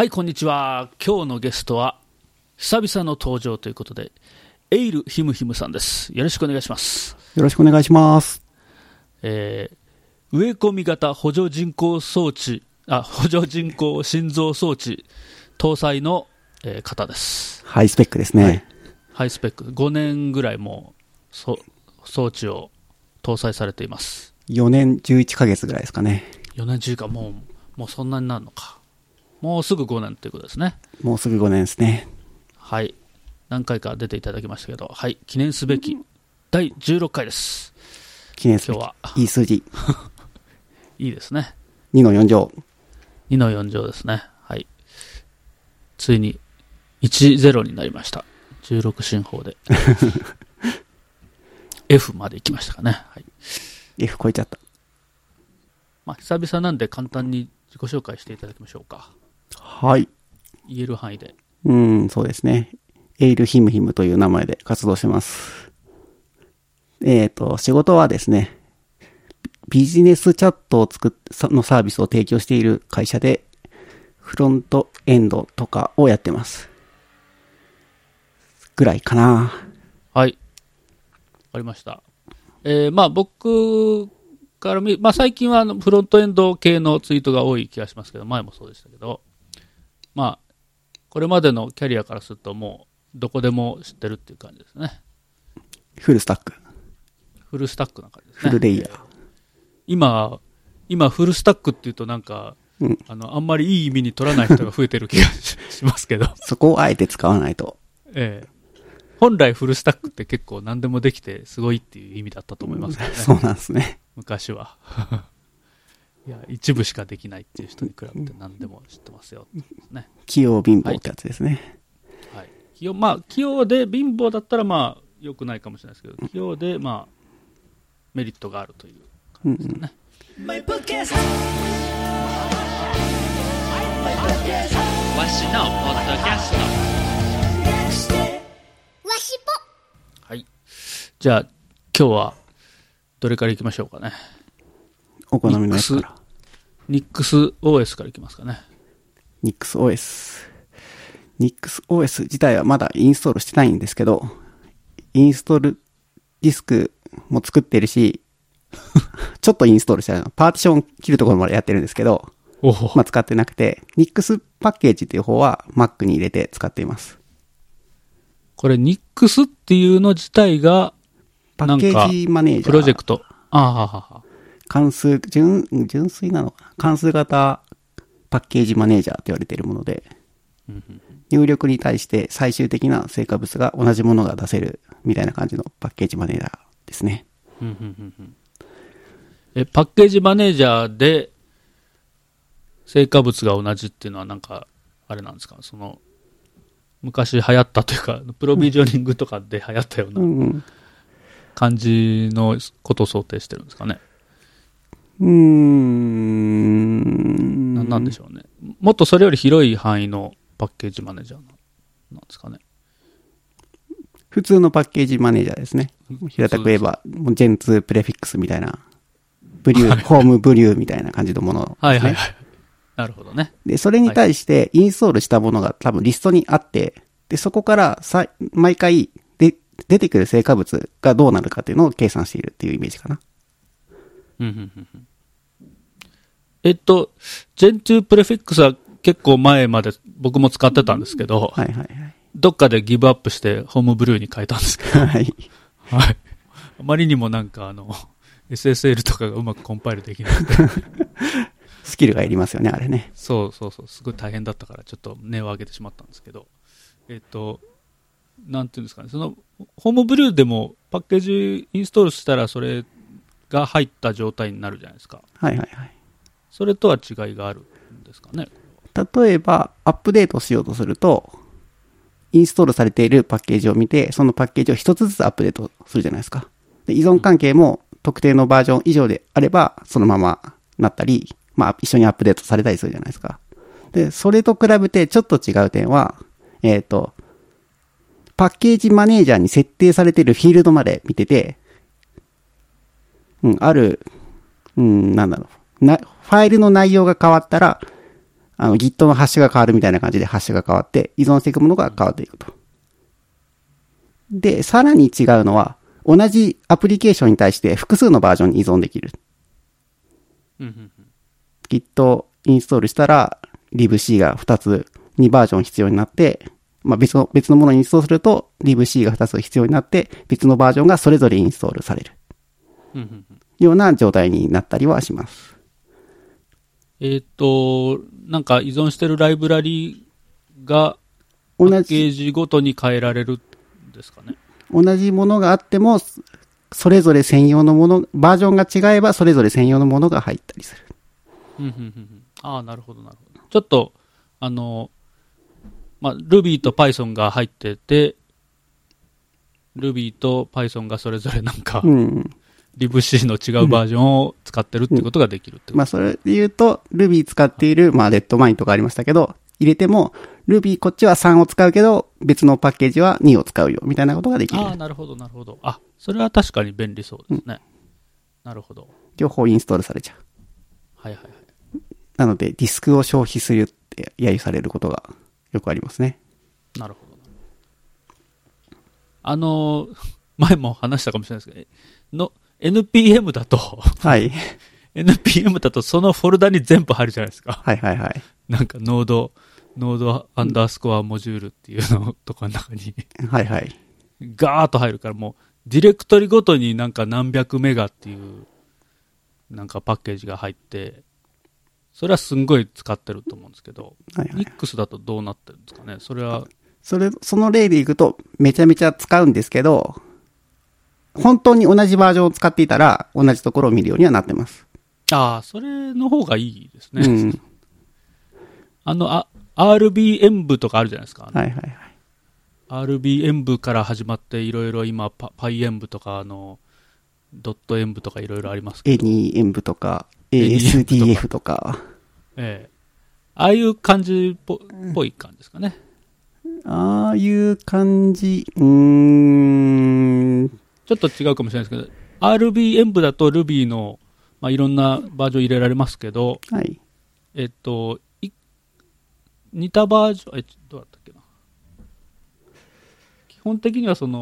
はい、こんにちは。今日のゲストは久々の登場ということで、エイルヒムヒムさんです。よろしくお願いします。 よろしくお願いします。 植え込み型補助人工心臓装置搭載の、方です。 ハイスペックですね。 はい、ハイスペック。5年ぐらいもう装置を搭載されています。 4年11ヶ月ぐらいですかね。 4年11か、もうそんなになるのか。もうすぐ5年ということですね。 もうすぐ5年ですね。 はい。何回か出ていただきましたけど、はい。記念すべき第16回です。 記念すべき。 今日は。 いい数字。 いいですね。 2の4乗。 2の4乗ですね。はい。ついに10になりました。16進法で。F まで行きましたかね。はい。 F 超えちゃった。 まあ、久々なんで簡単に自己紹介していただきましょうか。 はい。 言える範囲で。 そうですね。エイルヒムヒムという名前で活動してます。仕事はですね、ビジネスチャットのサービスを提供している会社で、フロントエンドとかをやってます。ぐらいかな。 はい。わかりました。まあ僕からまあ最近はフロントエンド系のツイートが多い気がしますけど、前もそうでしたけど、まあ、これまでのキャリアからするともうどこでも知ってるっていう感じですね。 フルスタック。 フルスタックな感じですね。 フルレイヤー。 今フルスタックっていうとなんか、あんまりいい意味に取らない人が増えてる気がしますけど。 そこをあえて使わないと。 本来フルスタックって結構何でもできてすごいっていう意味だったと思いますけどね。 そうなんですね。 昔は。いや、一部しかできないっていう人に比べて何でも知ってますよ、ね。 器用貧乏ってやつですね。 はい。器用で貧乏だったらまあ良くないかもしれないですけど、器用でまあメリットがあるという感じですね。 わしのポッドキャスト。 はい。じゃあ今日はどれからいきましょうかね。 お好みのやつから。 ニックス OS からいきますかね。 ニックス OS 自体はまだインストールしてないんですけど、インストールディスクも作ってるし、ちょっとインストールしたパーティション切るところまでやってるんですけど、まあ使ってなくて、ニックスパッケージっていう方は Mac に入れて使っています。 これニックスっていうの自体が、 パッケージマネージャー。 プロジェクト。 純粋なのかな、関数型パッケージマネージャーって言われているもので、入力に対して最終的な成果物が同じものが出せるみたいな感じのパッケージマネージャーですね。 パッケージマネージャーで成果物が同じっていうのはなんかあれなんですか、その昔流行ったというかプロビジョニングとかで流行ったような感じのことを想定してるんですかね。なんでしょうね。もっとそれより広い範囲のパッケージマネージャーなんですかね。 普通のパッケージマネージャーですね。平たく言えば、ジェンツプレフィックスみたいな、ホームブリューみたいな感じのものですね。 なるほどね。 で、それに対してインストールしたものが多分リストにあって、で、そこから毎回出てくる成果物がどうなるかっていうのを計算しているっていうイメージかな。 ジェントゥプレフィックスは結構前まで僕も使ってたんですけど、どっかでギブアップしてホームブルーに変えたんですけど、あまりにもなんかSSL とかがうまくコンパイルできなくてスキルがいりますよね、あれね。 そうすごい大変だったからちょっと値を上げてしまったんですけど、なんていうんですかね、そのホームブルーでもパッケージインストールしたらそれが入った状態になるじゃないですか。それとは違いがあるんですかね。 例えばアップデートしようとすると、インストールされているパッケージを見て、そのパッケージを一つずつアップデートするじゃないですか。で、依存関係も特定のバージョン以上であればそのままなったり、まあ一緒にアップデートされたりするじゃないですか。で、それと比べてちょっと違う点は、パッケージマネージャーに設定されているフィールドまで見てて、ファイルの内容が変わったら、 Git のハッシュが変わるみたいな感じでハッシュが変わって、依存していくものが変わっていくと。で、さらに違うのは、同じアプリケーションに対して複数のバージョンに依存できる。Git インストールしたら、libc が2バージョン必要になって、まあ、別のものにインストールすると、libc が2つ必要になって、別のバージョンがそれぞれインストールされる。ような状態になったりはします。 なんか依存してるライブラリが、パッケージごとに変えられるんですかね。 同じものがあっても、それぞれ専用のもの、バージョンが違えば、それぞれ専用のものが入ったりする。 ああ、なるほど、なるほど。ちょっと、まあ、Ruby と Python が入ってて、Ruby と Python がそれぞれなんか、libc の違うバージョンを使ってるってことができるってこと、 まあ、それで言うと、Ruby 使っている、まあ、レッドマインとかありましたけど、入れても、Ruby こっちは3を使うけど、別のパッケージは2を使うよ、みたいなことができる。 ああ、なるほど、なるほど。あ、それは確かに便利そうですね。なるほど。 両方インストールされちゃう。 はいはいはい。 なので、ディスクを消費するって揶揄されることがよくありますね。 なるほど。前も話したかもしれないですけど、NPM だと、 はい。 NPM だとそのフォルダに全部入るじゃないですか。 はいはいはい。 なんかノードアンダースコアモジュールっていうのとかの中にはいはい。 ガーッと入るからもうディレクトリごとになんか何百メガっていうなんかパッケージが入って、それはすんごい使ってると思うんですけど、 はいはい、 Nix だとどうなってるんですかね。それはその例でいくとめちゃめちゃ使うんですけど、本当に同じバージョンを使っていたら同じところを見るようにはなってます。 ああ、それの方がいいですね。RBEnv とかあるじゃないですか。 はいはいはい。 RBEnv から始まっていろいろ今PyEnv とか.env とかいろいろありますけど。 AnyEnv とか ASDF とか。 ああいう感じっぽい感じですかね。 ああいう感じ、 ちょっと違うかもしれないですけど、RBEnv だと Ruby の、まあ、いろんなバージョン入れられますけど、 はい。 似たバージョン、どうだったっけな。基本的にはジ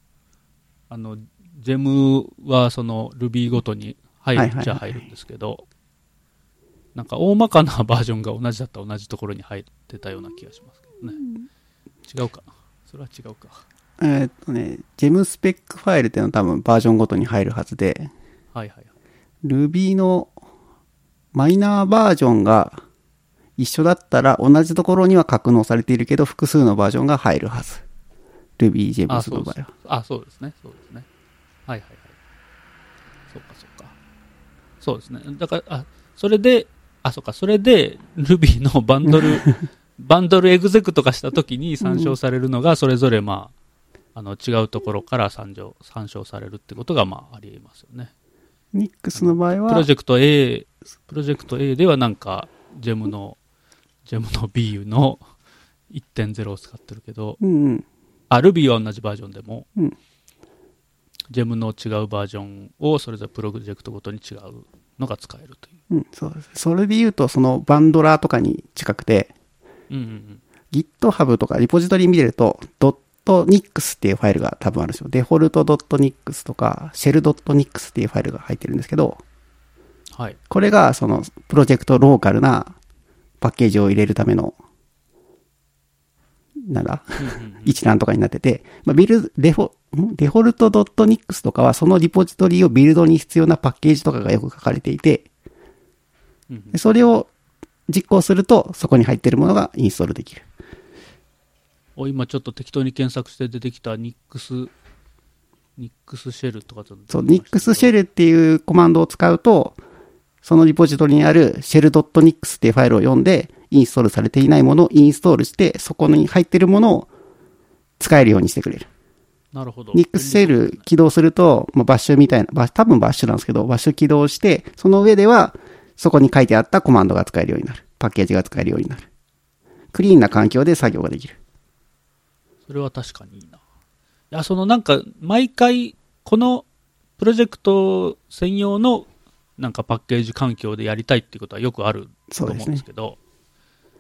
ェムはその Ruby ごとに入るっちゃ入るんですけど、なんか大まかなバージョンが同じだったら同じところに入ってたような気がしますけどね。違うかな。それは違うか。 ジェムスペックファイルっていうのは多分バージョンごとに入るはずで、 はいはいはい。 Ruby のマイナーバージョンが一緒だったら同じところには格納されているけど複数のバージョンが入るはず。Ruby ジェムスの場合は。 そうですね。そうですね。はいはいはい。そうかそうか。そうですね。だから、それで Ruby のバンドルエグゼクとかしたときに参照されるのが、それぞれまあ、違うところから参照されるってことがまあありえますよね。 Nix の場合は、 プロジェクト A ではなんか、ジェムの B の 1.0 を使ってるけど、Ruby は同じバージョンでも、ジェムの違うバージョンをそれぞれプロジェクトごとに違うのが使えるという。 そうです。それで言うと、そのバンドラーとかに近くて、GitHub とかリポジトリ見てると、.nix っていうファイルが多分あるんですよ。デフォルト .nix とか、shell.nix っていうファイルが入ってるんですけど、 はい。これがそのプロジェクトローカルなパッケージを入れるための、一覧とかになってて、まあ、デフォルト .nix とかはそのリポジトリをビルドに必要なパッケージとかがよく書かれていて、それを実行するとそこに入っているものがインストールできる。 今ちょっと適当に検索して出てきた Nix シェルとかそう、Nix シェルっていうコマンドを使うと、そのリポジトリにある shell.nix っていうファイルを読んで、インストールされていないものをインストールして、そこに入っているものを使えるようにしてくれる。 なるほど。 Nix シェル起動すると、バッシュみたいな、多分バッシュなんですけど、バッシュ起動して、その上では、そこに書いてあったコマンドが使えるようになる。パッケージが使えるようになる。クリーンな環境で作業ができる。 それは確かにいいな。いや、なんか、毎回、このプロジェクト専用のなんかパッケージ環境でやりたいっていうことはよくあると思うんですけど、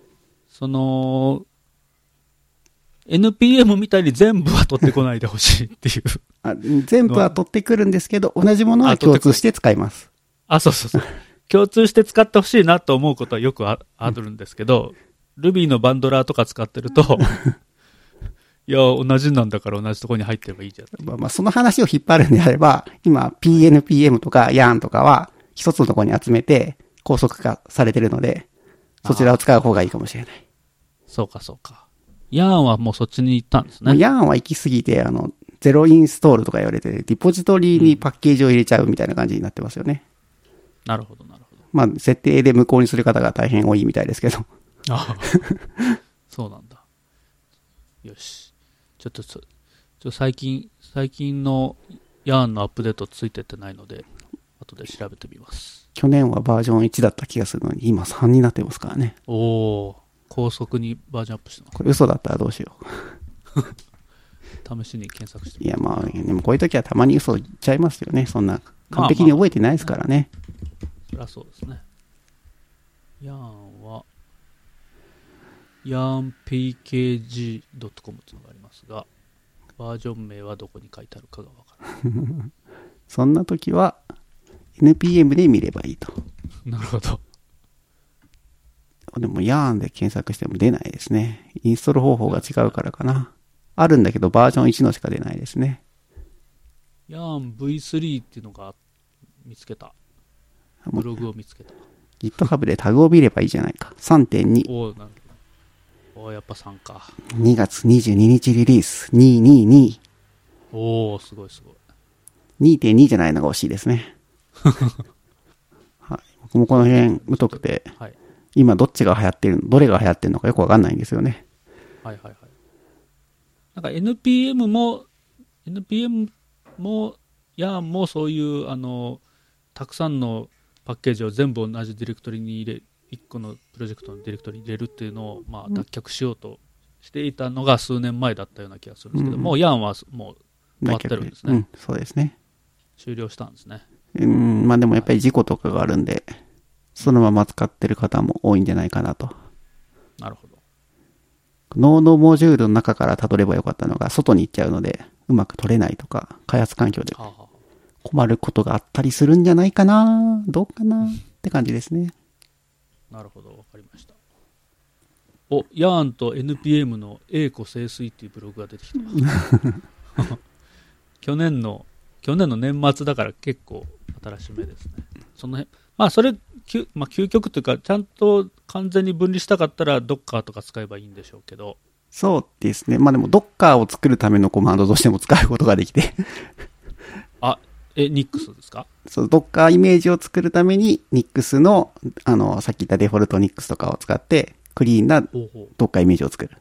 その、NPM みたいに全部は取ってこないでほしいっていう。 全部は取ってくるんですけど、同じものは共通して使います。 そうそうそう。共通して使ってほしいなと思うことはよくあるんですけど、Ruby のバンドラーとか使ってると、いや、同じなんだから同じところに入ってればいいじゃん。 その話を引っ張るんであれば、今 PNPM とか Yarn とかは一つのところに集めて高速化されてるので、そちらを使う方がいいかもしれない。 そうかそうか。Yarn はもうそっちに行ったんですね。 Yarn は行き過ぎて、ゼロインストールとか言われて、リポジトリにパッケージを入れちゃうみたいな感じになってますよね。 なるほど、なるほど。 まあ、設定で無効にする方が大変多いみたいですけど。 そうなんだ。よし。ちょっと最近の Yarn のアップデートついてってないので、後で調べてみます。 去年はバージョン1だった気がするのに、今3になってますからね。 おー、高速にバージョンアップしてます。 これ嘘だったらどうしよう。試しに検索してみます。いや、まあ、でもこういう時はたまに嘘言っちゃいますよね。そんな、完璧に覚えてないですからね。 そりゃそうですね。Yarn は、yarnpkg.com っていうのがありますが、バージョン名はどこに書いてあるかがわからない。 そんな時は、NPM で見ればいいと。 なるほど。 でも Yarn で検索しても出ないですね。インストール方法が違うからかな。あるんだけどバージョン1のしか出ないですね。 Yarn V3 っていうのが見つけた。ブログを見つけた。 GitHub でタグを見ればいいじゃないか。3.2。 おー、なるほど。おー、やっぱ3か。 2月22日リリース。222。 おー、すごいすごい。 2.2 じゃないのが惜しいですね。はい。僕もこの辺疎くて、はい、今どっちが流行ってるの、どれが流行ってるのかよくわかんないんですよね。 はいはいはい。なんか NPM も Yarn もそういうたくさんのパッケージを全部同じディレクトリに1個のプロジェクトのディレクトリに入れるっていうのを、まあ、脱却しようとしていたのが数年前だったような気がするんですけど、もう Yarn はもう終わってるんですね。 そうですね。 終了したんですね。 まあでもやっぱり事故とかがあるんで、そのまま使ってる方も多いんじゃないかなと。 なるほど。 ノードモジュールの中から辿ればよかったのが外に行っちゃうので、うまく取れないとか、開発環境で困ることがあったりするんじゃないかな、どうかなって感じですね。 なるほど、わかりました。お、Yarn と NPM の栄枯盛衰っていうブログが出てきてます。去年の年末だから結構新しめですね。その辺、まあそれ、究極というか、ちゃんと完全に分離したかったら Docker とか使えばいいんでしょうけど。 そうですね。まあでも Docker を作るためのコマンドとしても使うことができて。 Nix ですか？ そう、Docker イメージを作るために Nix の、さっき言ったデフォルト Nix とかを使って、クリーンな Docker イメージを作る。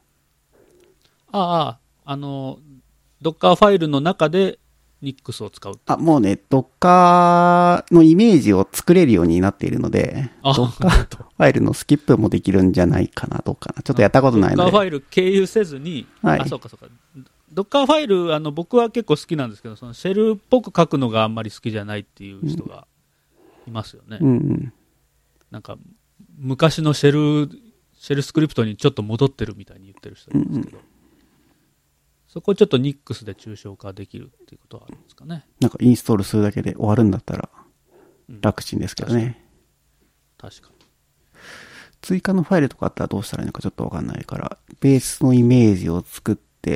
Docker ファイルの中でNix を使う。 もうね、Docker のイメージを作れるようになっているので、Docker ファイルのスキップもできるんじゃないかな、どうかな。ちょっとやったことないので。 Docker ファイル経由せずに、はい、そうか。Docker ファイル、僕は結構好きなんですけど、そのシェルっぽく書くのがあんまり好きじゃないっていう人がいますよね。なんか、昔のシェルスクリプトにちょっと戻ってるみたいに言ってる人いるんですけど、そこをちょっと Nix で抽象化できるっていうことはあるんですかね。 なんかインストールするだけで終わるんだったら楽ちんですけどね。 確かに。 追加のファイルとかあったらどうしたらいいのかちょっとわかんないから、ベースのイメージを作って、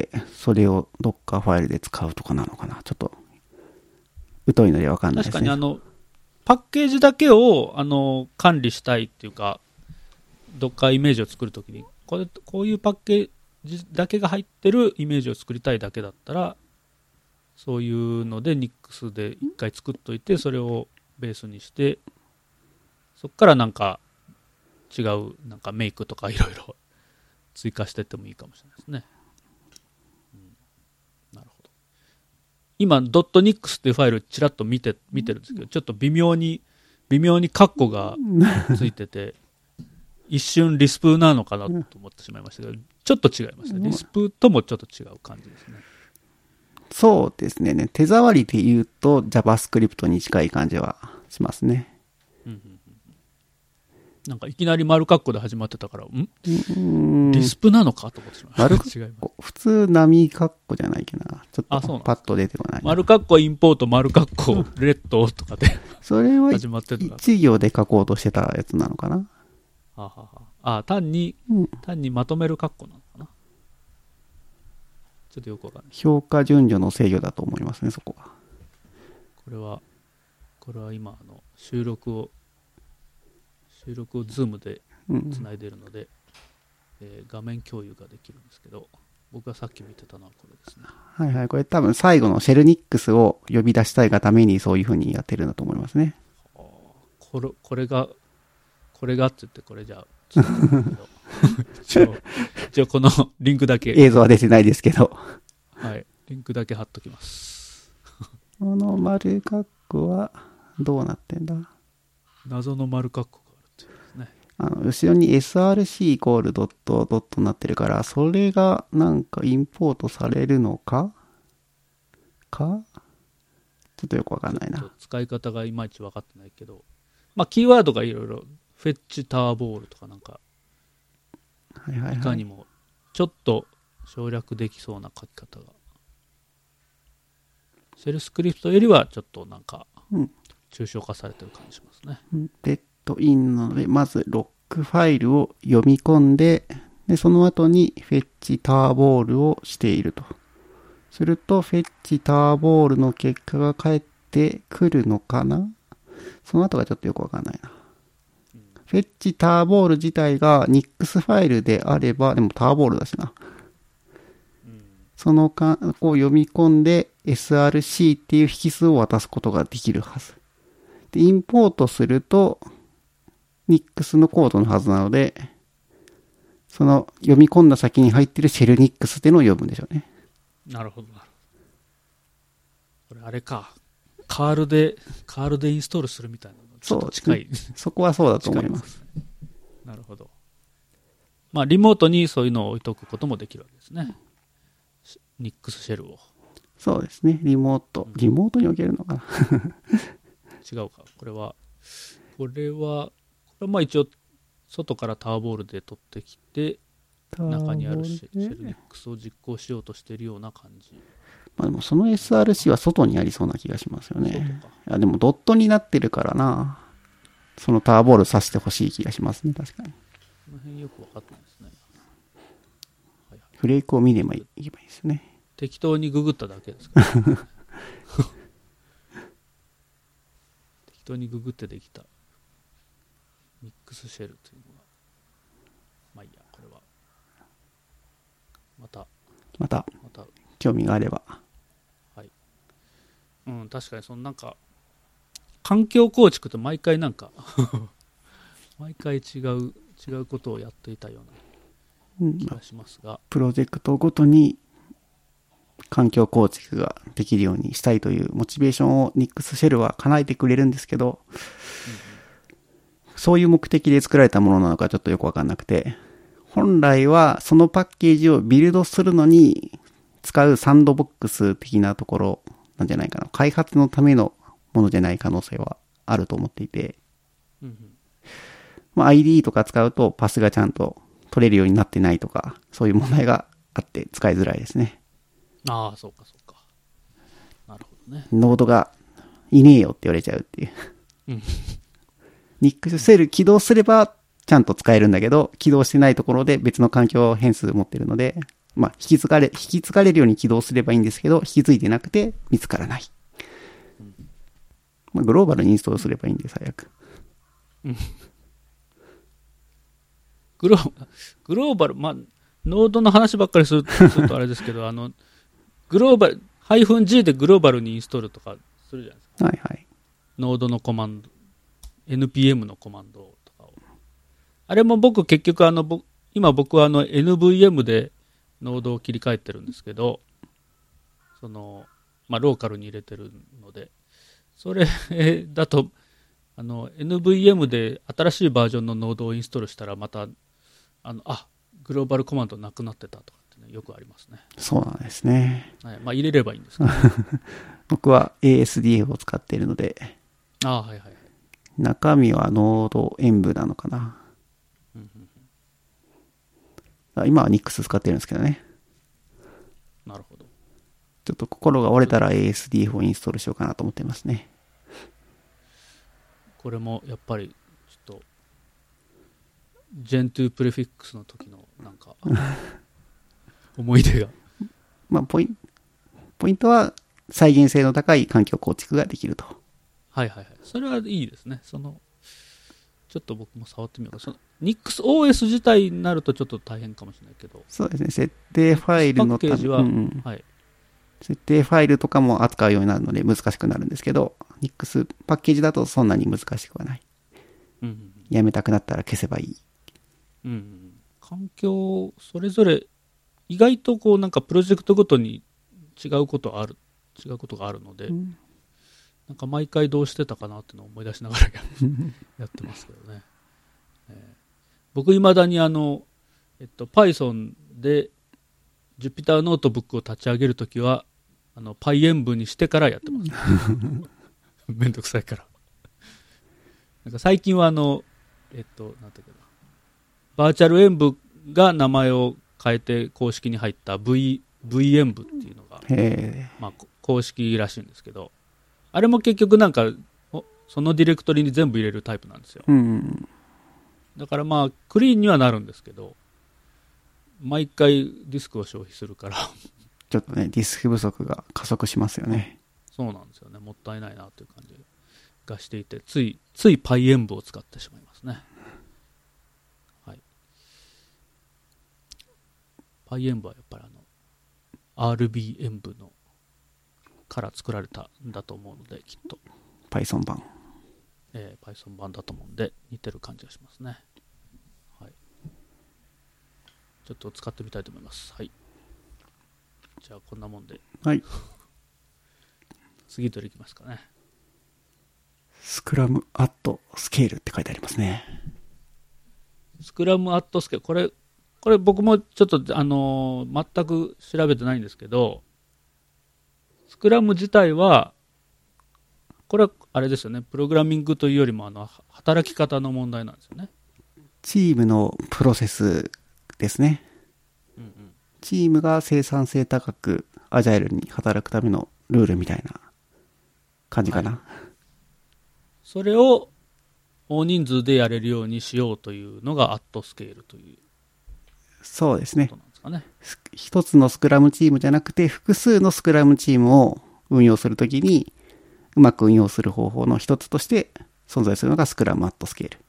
それを Docker ファイルで使うとかなのかな。ちょっと疎いのでわかんないですね。 確かにパッケージだけを管理したいっていうか、Docker イメージを作るときに、こういうパッケージだけが入ってるイメージを作りたいだけだったら、そういうので Nix で一回作っといて、それをベースにして、そこからなんか違うなんかメイクとかいろいろ追加していってもいいかもしれないですね。なるほど。今 .nix っていうファイルちらっと見てるんですけど、ちょっと微妙にカッコがついてて一瞬リスプなのかなと思ってしまいましたけど、ちょっと違いますね。リスプともちょっと違う感じですね。 そうですね。手触りで言うと JavaScript に近い感じはしますね。 なんかいきなり丸括弧で始まってたから、リスププなのかと思ってしまう。 丸違います。 普通波括弧じゃないけどな。ちょっとあそうなんですパッと出てこないな。 丸括弧インポート、丸括弧レッドとかでそれは始まってたから。 一行で書こうとしてたやつなのかな。 ははは単にまとめる括弧なのかな。ちょっとよくわかんない。 評価順序の制御だと思いますね、そこは。 これは今収録をズームでつないでいるので、画面共有ができるんですけど、僕がさっき見てたのはこれですね。 はいはい。これ多分最後のシェルニックスを呼び出したいがためにそういう風にやってるんだと思いますね。 これがって言ってこれじゃあ一応このリンクだけ映像は出てないですけど。 はい、リンクだけ貼っときます。 この丸括弧はどうなってんだ？ 謎の丸括弧があるっていうですね。 後ろに src イコールドットドットになってるから、それがなんかインポートされるのかちょっとよくわかんないな。 使い方がいまいち分かってないけど、まあキーワードがいろいろフェッチターボールとかなんか、 はいはいはい。 いかにもちょっと省略できそうな書き方が、シェルスクリプトよりはちょっとなんか抽象化されてる感じしますね。 レッドインなので、まずロックファイルを読み込んで、その後にフェッチターボールをしていると。すると、フェッチターボールの結果が返ってくるのかな？その後がちょっとよくわかんないな。フェッチターボール自体が NIX ファイルであれば、でもターボールだしな。その間を読み込んで src っていう引数を渡すことができるはず。で、インポートすると NIX のコードのはずなので、その読み込んだ先に入ってるシェル NIX っていうのを読むんでしょうね。 なるほど。これあれか。カールでインストールするみたいなのちょっと近い。 そこはそうだと思います。 なるほど。まあリモートにそういうのを置いとくこともできるわけですね。NIX シェルを。 そうですね。リモートに置けるのかな。 違うか。これはまあ一応外からターボールで取ってきて、中にあるシェル NIX を実行しようとしているような感じ。 まあでもその src は外にありそうな気がしますよね。いやでもドットになってるからな。そのターボール挿してほしい気がしますね。確かに。 この辺よく分かってないですね。 フレークを見ればいいですね。 適当にググっただけですから、ね、適当にググってできたミックスシェルというのが、まあいいや、これはまた興味があれば、 はい、確かにそのなんか環境構築って毎回なんか毎回違うことをやっていたような気がしますが、 プロジェクトごとに環境構築ができるようにしたいというモチベーションを NIX シェルは叶えてくれるんですけど、そういう目的で作られたものなのかちょっとよくわかんなくて、本来はそのパッケージをビルドするのに使うサンドボックス的なところなんじゃないかな。開発のためのものじゃない可能性はあると思っていて、まあ、IDE とか使うとパスがちゃんと取れるようになってないとか、そういう問題があって使いづらいですね。 ああ、そうか。なるほどね。 ノードがいねえよって言われちゃうっていう。NIX シェル起動すればちゃんと使えるんだけど、起動してないところで別の環境変数持ってるので、まあ、引き継がれるように起動すればいいんですけど、引き継いでなくて見つからない。まあ、グローバルにインストールすればいいんで、最悪。 グローバル、まあ、ノードの話ばっかりするとあれですけど、グローバル、-G でグローバルにインストールとかするじゃないですか。 はいはい。 ノードのコマンド、NPM のコマンドとかを。あれも僕結局今僕はNVM でノードを切り替えてるんですけど、まあ、ローカルに入れてるので、それだと、NVM で新しいバージョンのノードをインストールしたらまた、グローバルコマンドなくなってたとかってね、よくありますね。 そうなんですね。 はい、まあ入れればいいんですけど、 僕は ASDF を使っているので、 はいはい。 中身はノード演舞なのかな。今は Nix 使ってるんですけどね。 なるほど。 ちょっと心が折れたら ASDF をインストールしようかなと思ってますね。 これもやっぱりちょっと Gen2 プレフィックスの時のなんか思い出が。 まあポイントは再現性の高い環境構築ができると。 はいはいはい。それはいいですね。ちょっと僕も触ってみようか。NixOS 自体になるとちょっと大変かもしれないけど。 そうですね。設定ファイルのパッケージは、はい。 設定ファイルとかも扱うようになるので難しくなるんですけど、Nix パッケージだとそんなに難しくはない。やめたくなったら消せばいい。 環境、それぞれ、意外とこうなんかプロジェクトごとに違うことがあるので、なんか毎回どうしてたかなっていうのを思い出しながらやってますけどね。僕いまだにPython で Jupyter ノートブックを立ち上げるときはPyEnv にしてからやってます。めんどくさいから。なんか最近はなんだっけな、バーチャル演舞が名前を変えて公式に入った VEnv っていうのが、まあ、公式らしいんですけど、あれも結局なんかそのディレクトリに全部入れるタイプなんですよ。だからまあクリーンにはなるんですけど、毎回ディスクを消費するからちょっとね、ディスク不足が加速しますよね。 そうなんですよね。もったいないなという感じがしていて、つい PyEnv を使ってしまいますね。はい。PyEnv はやっぱりRBEnv のから作られたんだと思うので、きっと Python 版、 Python 版だと思うんで似てる感じがしますね。はい。ちょっと使ってみたいと思います。はい。じゃあこんなもんで、 はい。 次どれいきますかね。 スクラムアットスケールって書いてありますね。 スクラムアットスケール、これ僕もちょっと全く調べてないんですけど、スクラム自体はこれはあれですよね、プログラミングというよりも働き方の問題なんですよね。 チームのプロセスですね。チームが生産性高くアジャイルに働くためのルールみたいな感じかな。はい、 それを大人数でやれるようにしようというのがアットスケールという。 そうですね。 ことなんですかね。 一つのスクラムチームじゃなくて複数のスクラムチームを運用するときにうまく運用する方法の一つとして存在するのがスクラムアットスケール。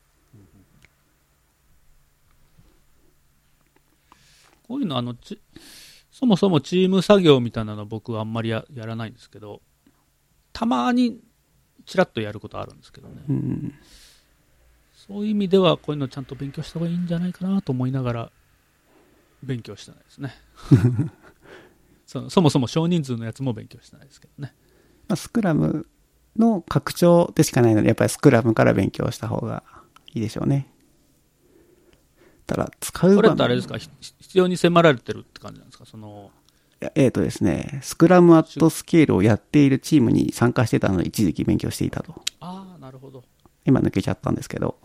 こういうのそもそもチーム作業みたいなのは僕はあんまり やらないんですけど、たまにちらっとやることあるんですけどね。そういう意味ではこういうのちゃんと勉強した方がいいんじゃないかなと思いながら勉強してないですね。そもそも少人数のやつも勉強してないですけどね。 スクラムの拡張でしかないので、やっぱりスクラムから勉強した方がいいでしょうね。ただ使う場面、 これってあれですか、必要に迫られてるって感じなんですか。 ですね、スクラムアットスケールをやっているチームに参加してたので一時期勉強していたと。 ああ、なるほど。 今抜けちゃったんですけど。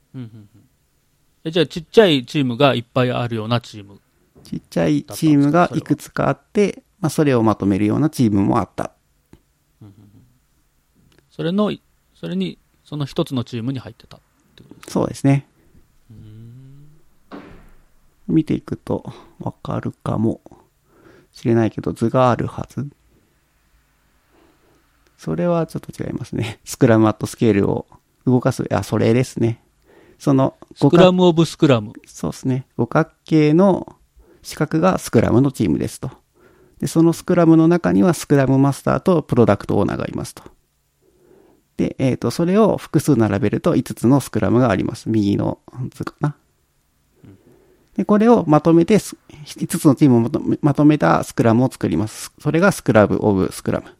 じゃあちっちゃいチームがいっぱいあるようなチーム。 ちっちゃいチームがいくつかあって、それをまとめるようなチームもあった。 それにその一つのチームに入ってたってことですか。 そうですね。見ていくとわかるかもしれないけど、図があるはず。それはちょっと違いますね。スクラムアットスケールを動かす。それですね。スクラムオブスクラム。 そうですね。五角形の四角がスクラムのチームですと。で、そのスクラムの中にはスクラムマスターとプロダクトオーナーがいますと。で、それを複数並べると5つのスクラムがあります。右の図かな。で、これをまとめて、5つのチームをまとめたスクラムを作ります。それがスクラムオブスクラム。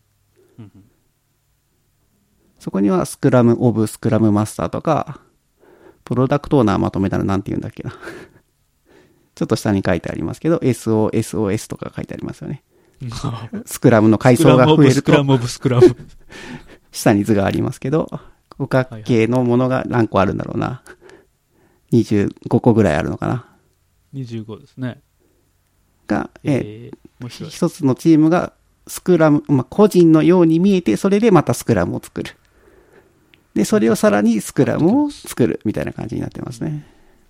そこにはスクラムオブスクラムマスターとか、プロダクトオーナーまとめたらなんて言うんだっけな。ちょっと下に書いてありますけど、SOSOS とか書いてありますよね。スクラムの階層が増えると、 スクラムオブスクラム。 下に図がありますけど、 五角形のものが何個あるんだろうな。25個ぐらいあるのかな。 25ですね。 が、 面白い。 一つのチームがスクラム、個人のように見えて、それでまたスクラムを作る。で、それをさらにスクラムを作るみたいな感じになってますね。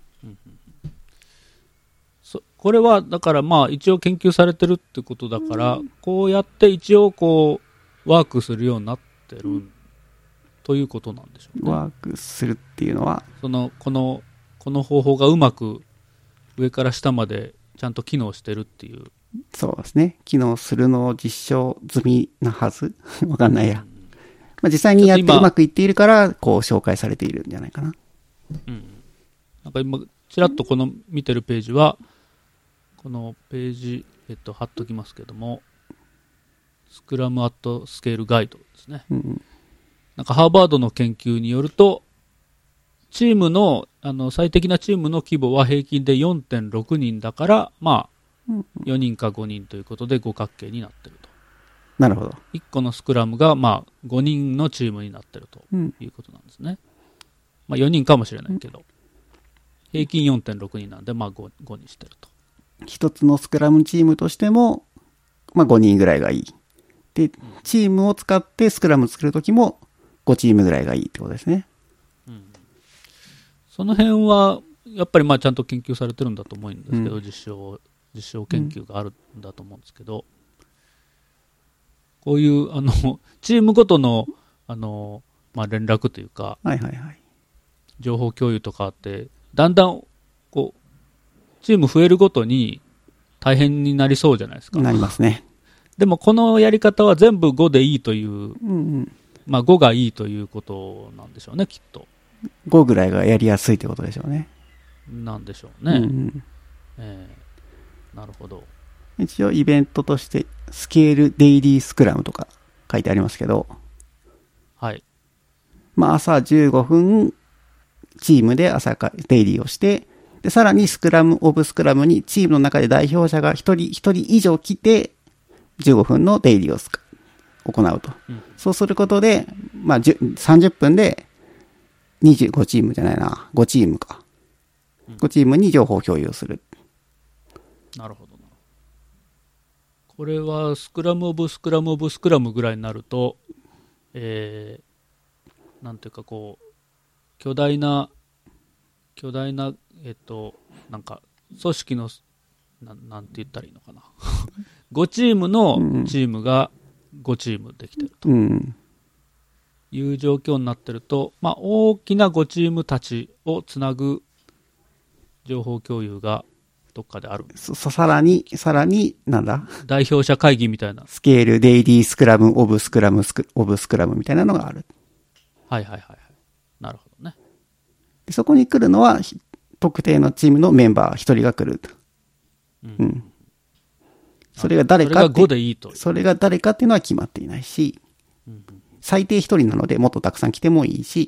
これは、だから一応研究されてるってことだから、こうやって一応ワークするようになってるということなんでしょうね。 ワークするっていうのは、 この方法がうまく上から下までちゃんと機能してるっていう。 そうですね。機能するのを実証済みなはずわかんないや。実際にやってうまくいっているから、紹介されているんじゃないかな。 なんか今、ちらっとこの見てるページは、このページ、貼っときますけども、スクラムアットスケールガイドですね。なんかハーバードの研究によると、チームの、最適なチームの規模は平均で 4.6 人だから、4人か5人ということで五角形になってると。 なるほど。 1個のスクラムが、5人のチームになってるということなんですね。4人かもしれないけど、平均 4.6 人なんで、5にしてると。 一つのスクラムチームとしても、5人ぐらいがいい。で、チームを使ってスクラム作るときも5チームぐらいがいいってことですね。 その辺は、やっぱりちゃんと研究されてるんだと思うんですけど、実証研究があるんだと思うんですけど、こういうチームごとの連絡というか、情報共有とかってだんだんチーム増えるごとに大変になりそうじゃないですか。 なりますね。 でもこのやり方は全部5でいいという、5がいいということなんでしょうね、きっと。 5ぐらいがやりやすいってことでしょうね。 なんでしょうね。なるほど。 一応イベントとしてスケールデイリースクラムとか書いてありますけど、 はい。 朝15分チームでデイリーをして、で、さらにスクラムオブスクラムにチームの中で代表者が一人以上来て15分のデイリーを行うと。そうすることで、30分で25チームじゃないな、5チームか。5チームに情報共有する。 なるほど。これはスクラムオブスクラムオブスクラムぐらいになると、なんていうか巨大な、なんか組織のなんて言ったらいいのかな5チームのチームが5チームできてるという状況になってると、大きな5チームたちをつなぐ情報共有がどっかである。 さらに、なんだ代表者会議みたいな。 スケール、デイリースクラム、オブスクラム、オブスクラムみたいなのがある。 なるほどね。 でそこに来るのは、特定のチームのメンバー1人が来る。それが誰かって。 それが5でいいと。 それが誰かっていうのは決まっていないし、最低1人なのでもっとたくさん来てもいいし。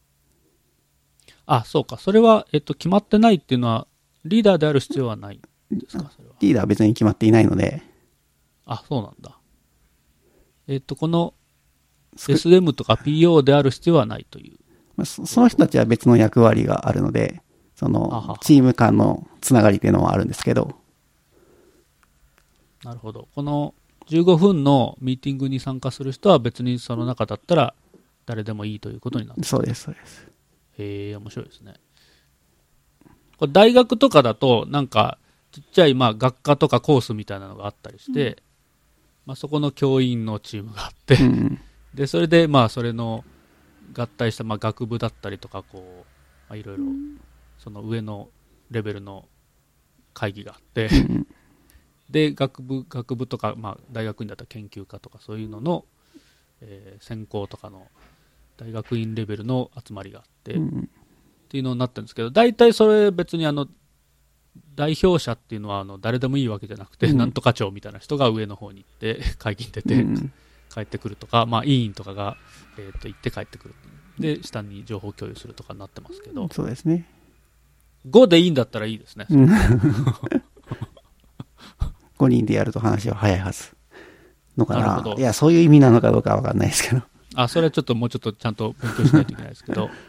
そうか。それは、決まってないっていうのは、リーダーである必要はないんですか、それは。 リーダーは別に決まっていないので。 そうなんだ。この SM とか PO である必要はないという。 その人たちは別の役割があるので、チーム間のつながりっていうのはあるんですけど。 なるほど。この15分のミーティングに参加する人は別にその中だったら誰でもいいということになってる。 そうです、そうです。 面白いですね。これ大学とかだとなんかちっちゃい学科とかコースみたいなのがあったりして、そこの教員のチームがあって、でそれでそれの合体した学部だったりとかいろいろその上のレベルの会議があって、で学部とか大学院だったら研究科とかそういうのの、専攻とかの大学院レベルの集まりがあって。っていうのになってるんですけど、大体それ別に代表者っていうのは誰でもいいわけじゃなくて、なんとか長みたいな人が上の方に行って会議に出て帰ってくるとか、委員とかが、行って帰ってくるで下に情報共有するとかになってますけど、 そうですね。 5でいいんだったらいいですね。 5人でやると話は早いはずのかな。いや、そういう意味なのかどうかわかんないですけど。 それはちょっともうちょっとちゃんと勉強しないといけないですけど、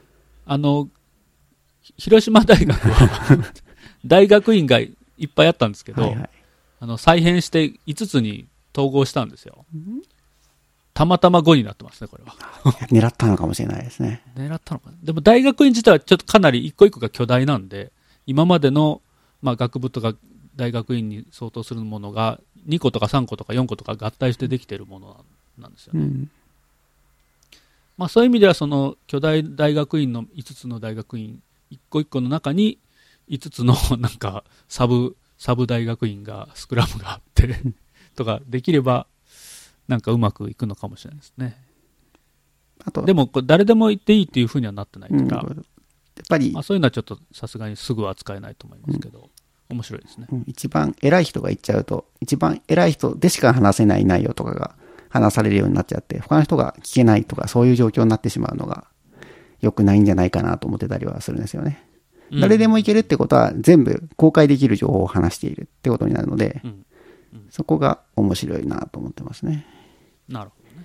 広島大学は大学院がいっぱいあったんですけど、 はいはい、 再編して5つに統合したんですよ。たまたま5になってますね、これは。 狙ったのかもしれないですね。 狙ったのかな。でも大学院自体はちょっとかなり一個一個が巨大なんで、今までの、学部とか大学院に相当するものが2個とか3個とか4個とか合体してできているものなんですよね。そういう意味ではその巨大大学院の5つの大学院一個一個の中に5つのなんかサブ大学院がスクラムがあってとかできればなんかうまくいくのかもしれないですね。 あとでもこれ誰でも行っていいっていうふうにはなってないから、 やっぱり、 そういうのはちょっとさすがにすぐは扱えないと思いますけど、面白いですね。 一番偉い人が言っちゃうと、一番偉い人でしか話せない内容とかが話されるようになっちゃって、他の人が聞けないとかそういう状況になってしまうのが良くないんじゃないかなと思ってたりはするんですよね。誰でもいけるってことは全部公開できる情報を話しているってことになるので、そこが面白いなと思ってますね。 なるほどね。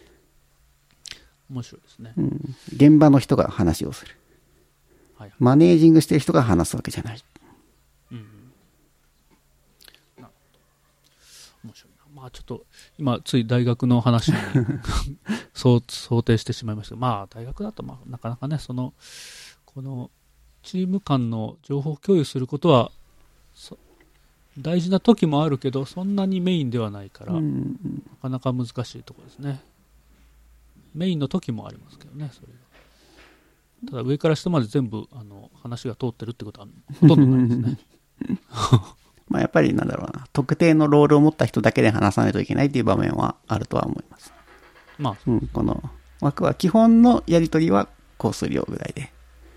面白いですね。 現場の人が話をする。マネージングしてる人が話すわけじゃない。 なるほど。面白いな。ちょっと今つい大学の話に想定してしまいましたが、大学だとなかなかね、このチーム間の情報共有することは大事な時もあるけど、そんなにメインではないから、なかなか難しいところですね。メインの時もありますけどね、それが。ただ上から下まで全部話が通ってるってことはほとんどないですね。 やっぱり特定のロールを持った人だけで話さないといけないっていう場面はあるとは思います。この枠は基本のやり取りはこうするよぐらいで、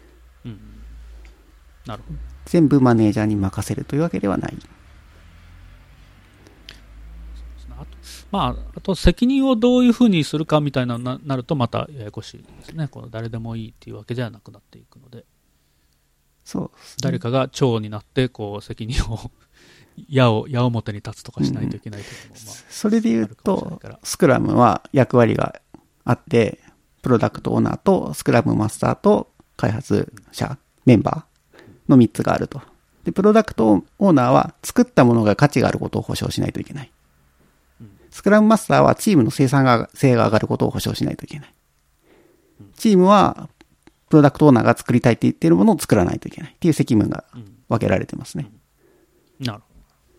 なるほど。 全部マネージャーに任せるというわけではない。 あと責任をどういうふうにするかみたいなのになるとまたややこしいですね。この誰でもいいっていうわけじゃなくなっていくので、 そうですね、 誰かが長になってこう責任を矢面に立つとかしないといけないというのも、 それで言うとスクラムは役割があって、プロダクトオーナーとスクラムマスターと開発者、メンバーの3つがあると。で、プロダクトオーナーは作ったものが価値があることを保証しないといけない。スクラムマスターはチームの生産性が上がることを保証しないといけない。チームはプロダクトオーナーが作りたいって言っているものを作らないといけないっていう責務が分けられてますね。 なる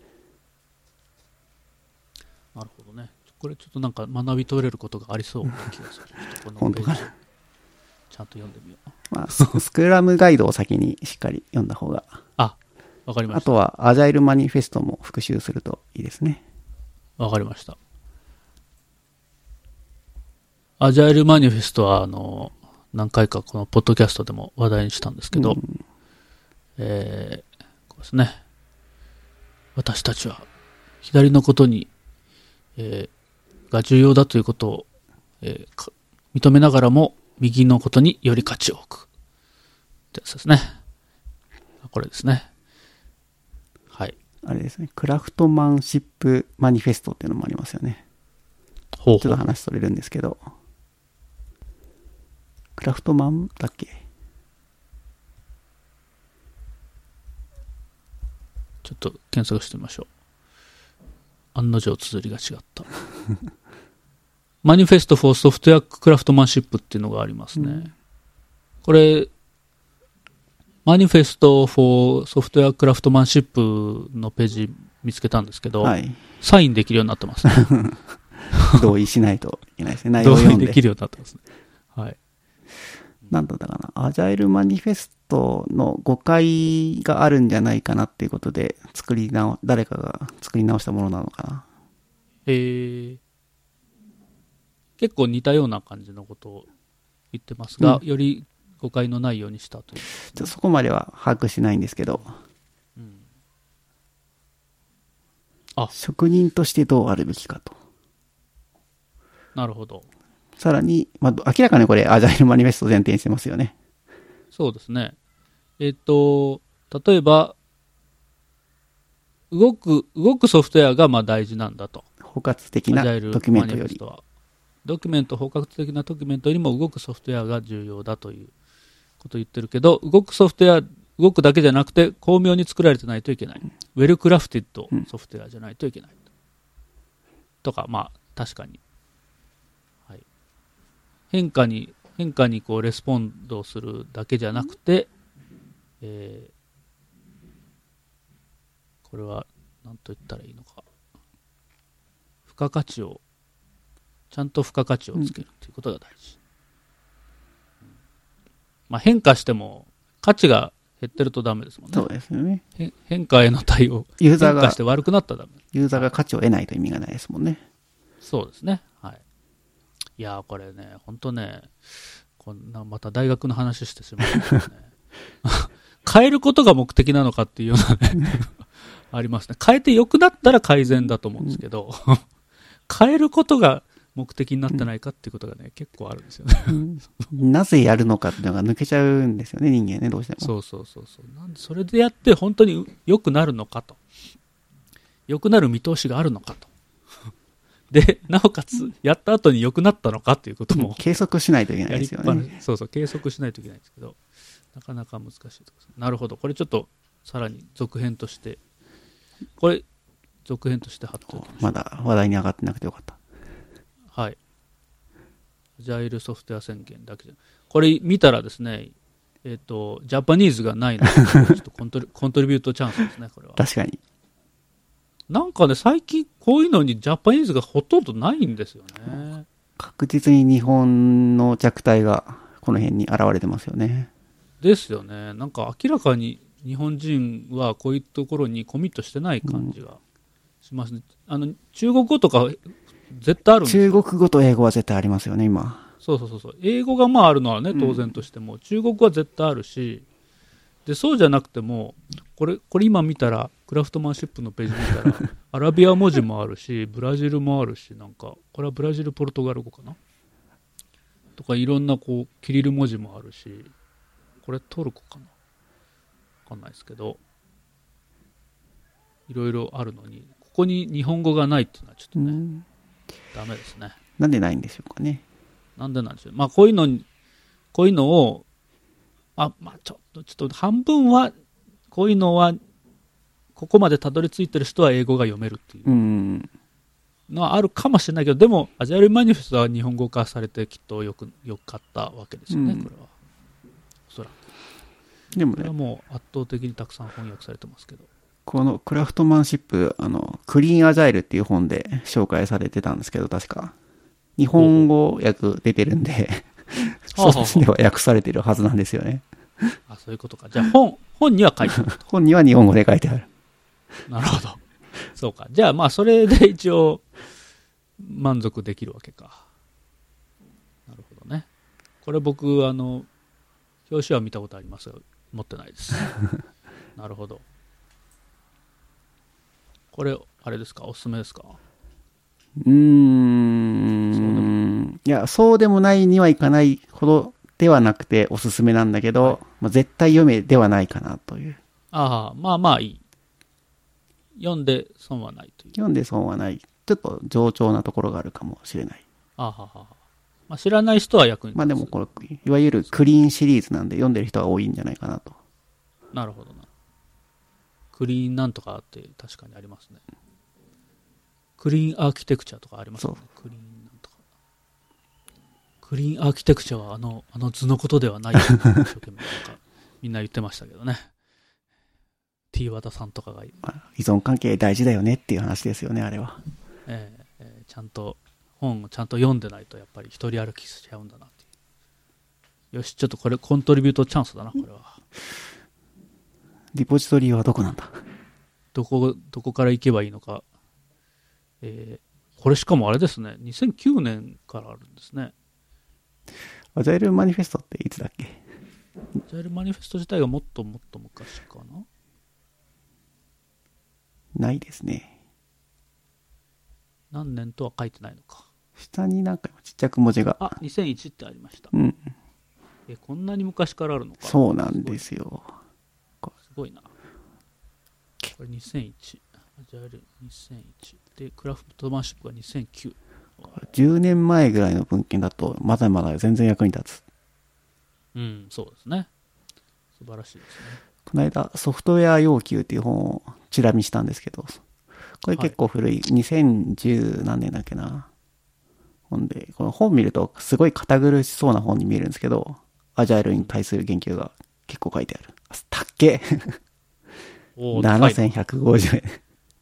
ほどね。これちょっとなんか学び取れることがありそうな気がする。 本当かな。 ちゃんと読んでみよう。スクラムガイドを先にしっかり読んだ方が。 わかりました。 あとはアジャイルマニフェストも復習するといいですね。 わかりました。アジャイルマニフェストは何回かこのポッドキャストでも話題にしたんですけど、こうですね。私たちは左のことに、が重要だということを、認めながらも右のことにより価値を置くってやつですね。これですね。はい。 あれですね。クラフトマンシップマニフェストっていうのもありますよね。ちょっと話それるんですけど。クラフトマンだっけ？ ちょっと検索してみましょう。案の定綴りが違った。マニフェストフォーソフトウェアクラフトマンシップっていうのがありますね。これ、マニフェストフォーソフトウェアクラフトマンシップのページ見つけたんですけど、サインできるようになってますね。 同意しないといけないですね。内容を読んで。 同意できるようになってますね。はい。 なんだったかな。アジャイルマニフェストの誤解があるんじゃないかなっていうことで、誰かが作り直したものなのかな。 結構似たような感じのことを言ってますが、より誤解のないようにしたという、 ちょっとそこまでは把握しないんですけど、職人としてどうあるべきかと。 なるほど。 さらに、明らかにこれアジャイルマニフェスト前提にしてますよね。 そうですね。例えば動くソフトウェアが大事なんだと。 包括的なドキュメントより。 ドキュメント、包括的なドキュメントよりも動くソフトウェアが重要だということを言ってるけど、動くソフトウェア、動くだけじゃなくて巧妙に作られてないといけない。ウェルクラフティッドソフトウェアじゃないといけない。とか、まあ、確かに。はい、変化にこうレスポンドするだけじゃなくて、これは何と言ったらいいのか。ちゃんと付加価値をつけるということが大事。まあ、変化しても価値が減ってるとダメですもんね。 そうですよね。 変化への対応。 ユーザーが変化して悪くなったらダメ。 ユーザーが価値を得ないと意味がないですもんね。 そうですね。はい。いやー、これね、本当ね、こんなまた大学の話してしまうんですよね。変えることが目的なのかっていうようなね、ありますね。変えて良くなったら改善だと思うんですけど、変えることが目的になってないかっていうことがね、結構あるんですよね。 なぜやるのかっていうのが抜けちゃうんですよね、人間ね、どうしても。 そう。なんでそれでやって本当に良くなるのかと。良くなる見通しがあるのかと。で、なおかつ、やった後に良くなったのかっていうことも、 計測しないといけないですよね。 そう、計測しないといけないんですけど、なかなか難しいところです。なるほど。これちょっと、さらに続編として、これ、続編として貼っておきましょう。 まだ話題に上がってなくてよかった。 はい。アジャイルソフトウェア宣言だけじゃ、これ見たらですね、ジャパニーズがないので、ちょっとコントリビュートチャンスですね、これは。 確かに。 なんかね、最近こういうのにジャパニーズがほとんどないんですよね。 確実に日本の弱体がこの辺に現れてますよね。 ですよね。なんか明らかに日本人はこういうところにコミットしてない感じがしますね。中国語とか絶対あるんですよ。 中国語と英語は絶対ありますよね、今。 そう。英語がまああるのはね、当然としても、中国語は絶対あるし、で、そうじゃなくても、これ今見たら、クラフトマンシップのページ見たら、アラビア文字もあるし、ブラジルもあるし、なんか、これはブラジル、ポルトガル語かなとか、いろんなこう、キリル文字もあるし、これトルコかなわかんないですけど、いろいろあるのに、ここに日本語がないっていうのはちょっとね、ダメですね。 なんでないんでしょうかね。 なんでなんでしょう。まあ、こういうのを、まあ、ちょっと半分は、こういうのは、ここまでたどり着いてる人は英語が読めるっていうのはあるかもしれないけど、でも、アジャイルマニフェストは日本語化されてきっとよかったわけですよね、これは。おそらく。 でもね、 これはもう圧倒的にたくさん翻訳されてますけど。 このクラフトマンシップ、クリーンアジャイルっていう本で紹介されてたんですけど、確か。日本語訳出てるんで、そっちでは訳されてるはずなんですよね。 あ、そういうことか。じゃあ本には書いてある。 本には日本語で書いてある。 なるほど。そうか。じゃあまあそれで一応満足できるわけか。なるほどね。これ僕表紙は見たことありますが持ってないです。なるほど。これあれですか、おすすめですか？ いや、そうでもないにはいかないほどではなくておすすめなんだけど、 はい、 まあ、絶対読めではないかなという。 ああ、まあまあいい。読んで損はないという。 読んで損はない。ちょっと冗長なところがあるかもしれない。 まあ、知らない人は役に立つ。 まあでもこれ、いわゆるクリーンシリーズなんで読んでる人が多いんじゃないかなと。 なるほどな。クリーンなんとかって確かにありますね。クリーンアーキテクチャとかありますね。クリーンなんとか。クリーンアーキテクチャはあの図のことではない。一生懸命なんかみんな言ってましたけどね。T 和田さんとかが、 まあ、依存関係大事だよねっていう話ですよね、あれは。 ちゃんと本をちゃんと読んでないとやっぱり一人歩きしちゃうんだなっていう。よし、ちょっとこれコントリビュートチャンスだな、これは。 リポジトリはどこなんだ？ どこから行けばいいのか。これしかもあれですね、2009年からあるんですね。 アジャイルマニフェストっていつだっけ？ アジャイルマニフェスト自体がもっと昔かな。 ないですね。 何年とは書いてないのか。 下になんかちっちゃく文字が。 あ、2001ってありました。こんなに昔からあるのか。 そうなんですよ。 すごいな。これ2001。アジャイル2001。で、クラフトマンシップが2009。 10年前ぐらいの文献だと、まだまだ全然役に立つ。 うん、そうですね。素晴らしいですね。 この間、ソフトウェア要求っていう本をチラ見したんですけど、これ結構古い、2010何年だっけな。本で、この本見るとすごい堅苦しそうな本に見えるんですけど、アジャイルに対する言及が結構書いてある。たっけおー高いな 7150円。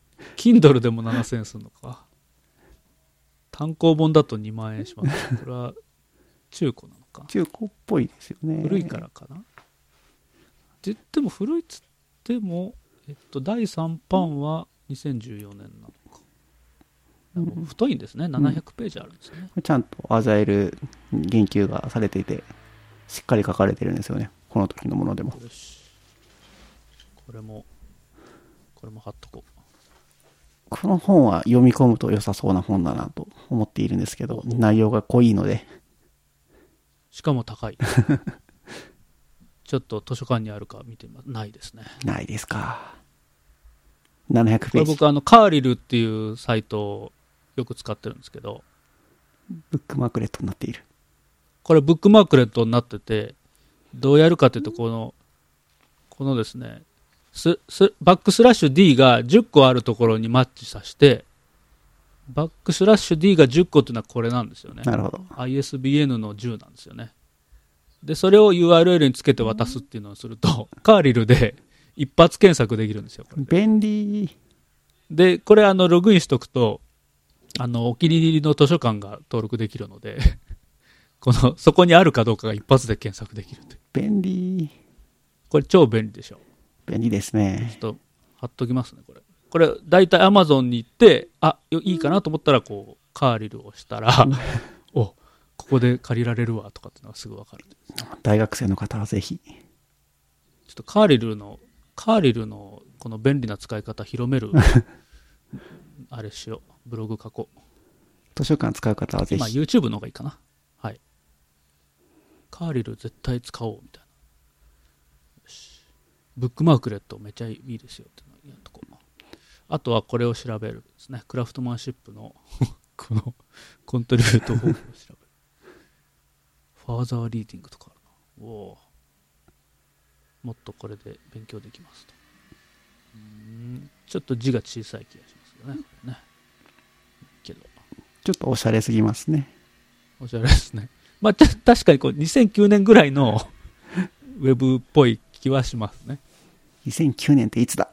Kindle でも7000円するのか。単行本だと2万円します。これは中古なのか。 中古っぽいですよね。 古いからかな。でも古いっつっても、第3版は2014年なのか。太いんですね。700ページあるんですね。 ちゃんとアジャイル言及がされていて、しっかり書かれてるんですよね。この時のものでも。 よし。これも貼っとこう。 この本は読み込むと良さそうな本だなと思っているんですけど、内容が濃いので。 しかも高い。ちょっと図書館にあるか見てみます。ないですね。 ないですか。700 こページ。 れ僕カーリルっていうサイトをよく使ってるんですけど、 ブックマークレットになっている。 これブックマークレットになってて、どうやるかというと、このですね、バックスラッシュ D が10個あるところにマッチさせて、バックスラッシュ D が10個っていうのはこれなんですよね。 なるほど。 ISBN の10なんですよね。で、それを URL につけて渡すっていうのをすると、カーリルで一発検索できるんですよ。これ便利。 で、これログインしとくと、お気に入りの図書館が登録できるので、そこにあるかどうかが一発で検索できるという。 便利。 これ超便利でしょ。 便利ですね。 ちょっと貼っときますね、これ。これ、だいたい Amazon に行って、いいかなと思ったら、カーリルをしたら、ここで借りられるわとかっていうのがすぐ分かる。 大学生の方はぜひ。 ちょっとカーリルのこの便利な使い方広める、あれしよう。ブログ書こう。 図書館使う方はぜひ。 YouTube の方がいいかな。はい。カーリル絶対使おうみたいな。よし。ブックマークレットめっちゃいいですよっていうのやっとこう。あとはこれを調べるですね。クラフトマンシップのこのコントリビュート方法を調べる。ファーザーリーディングとかあるな。おー、もっとこれで勉強できますと。ちょっと字が小さい気がしますよね。これねけどちょっとおしゃれすぎますね。 おしゃれですね。まあ、確かに2009年ぐらいのウェブっぽい気はしますね。 2009年っていつだ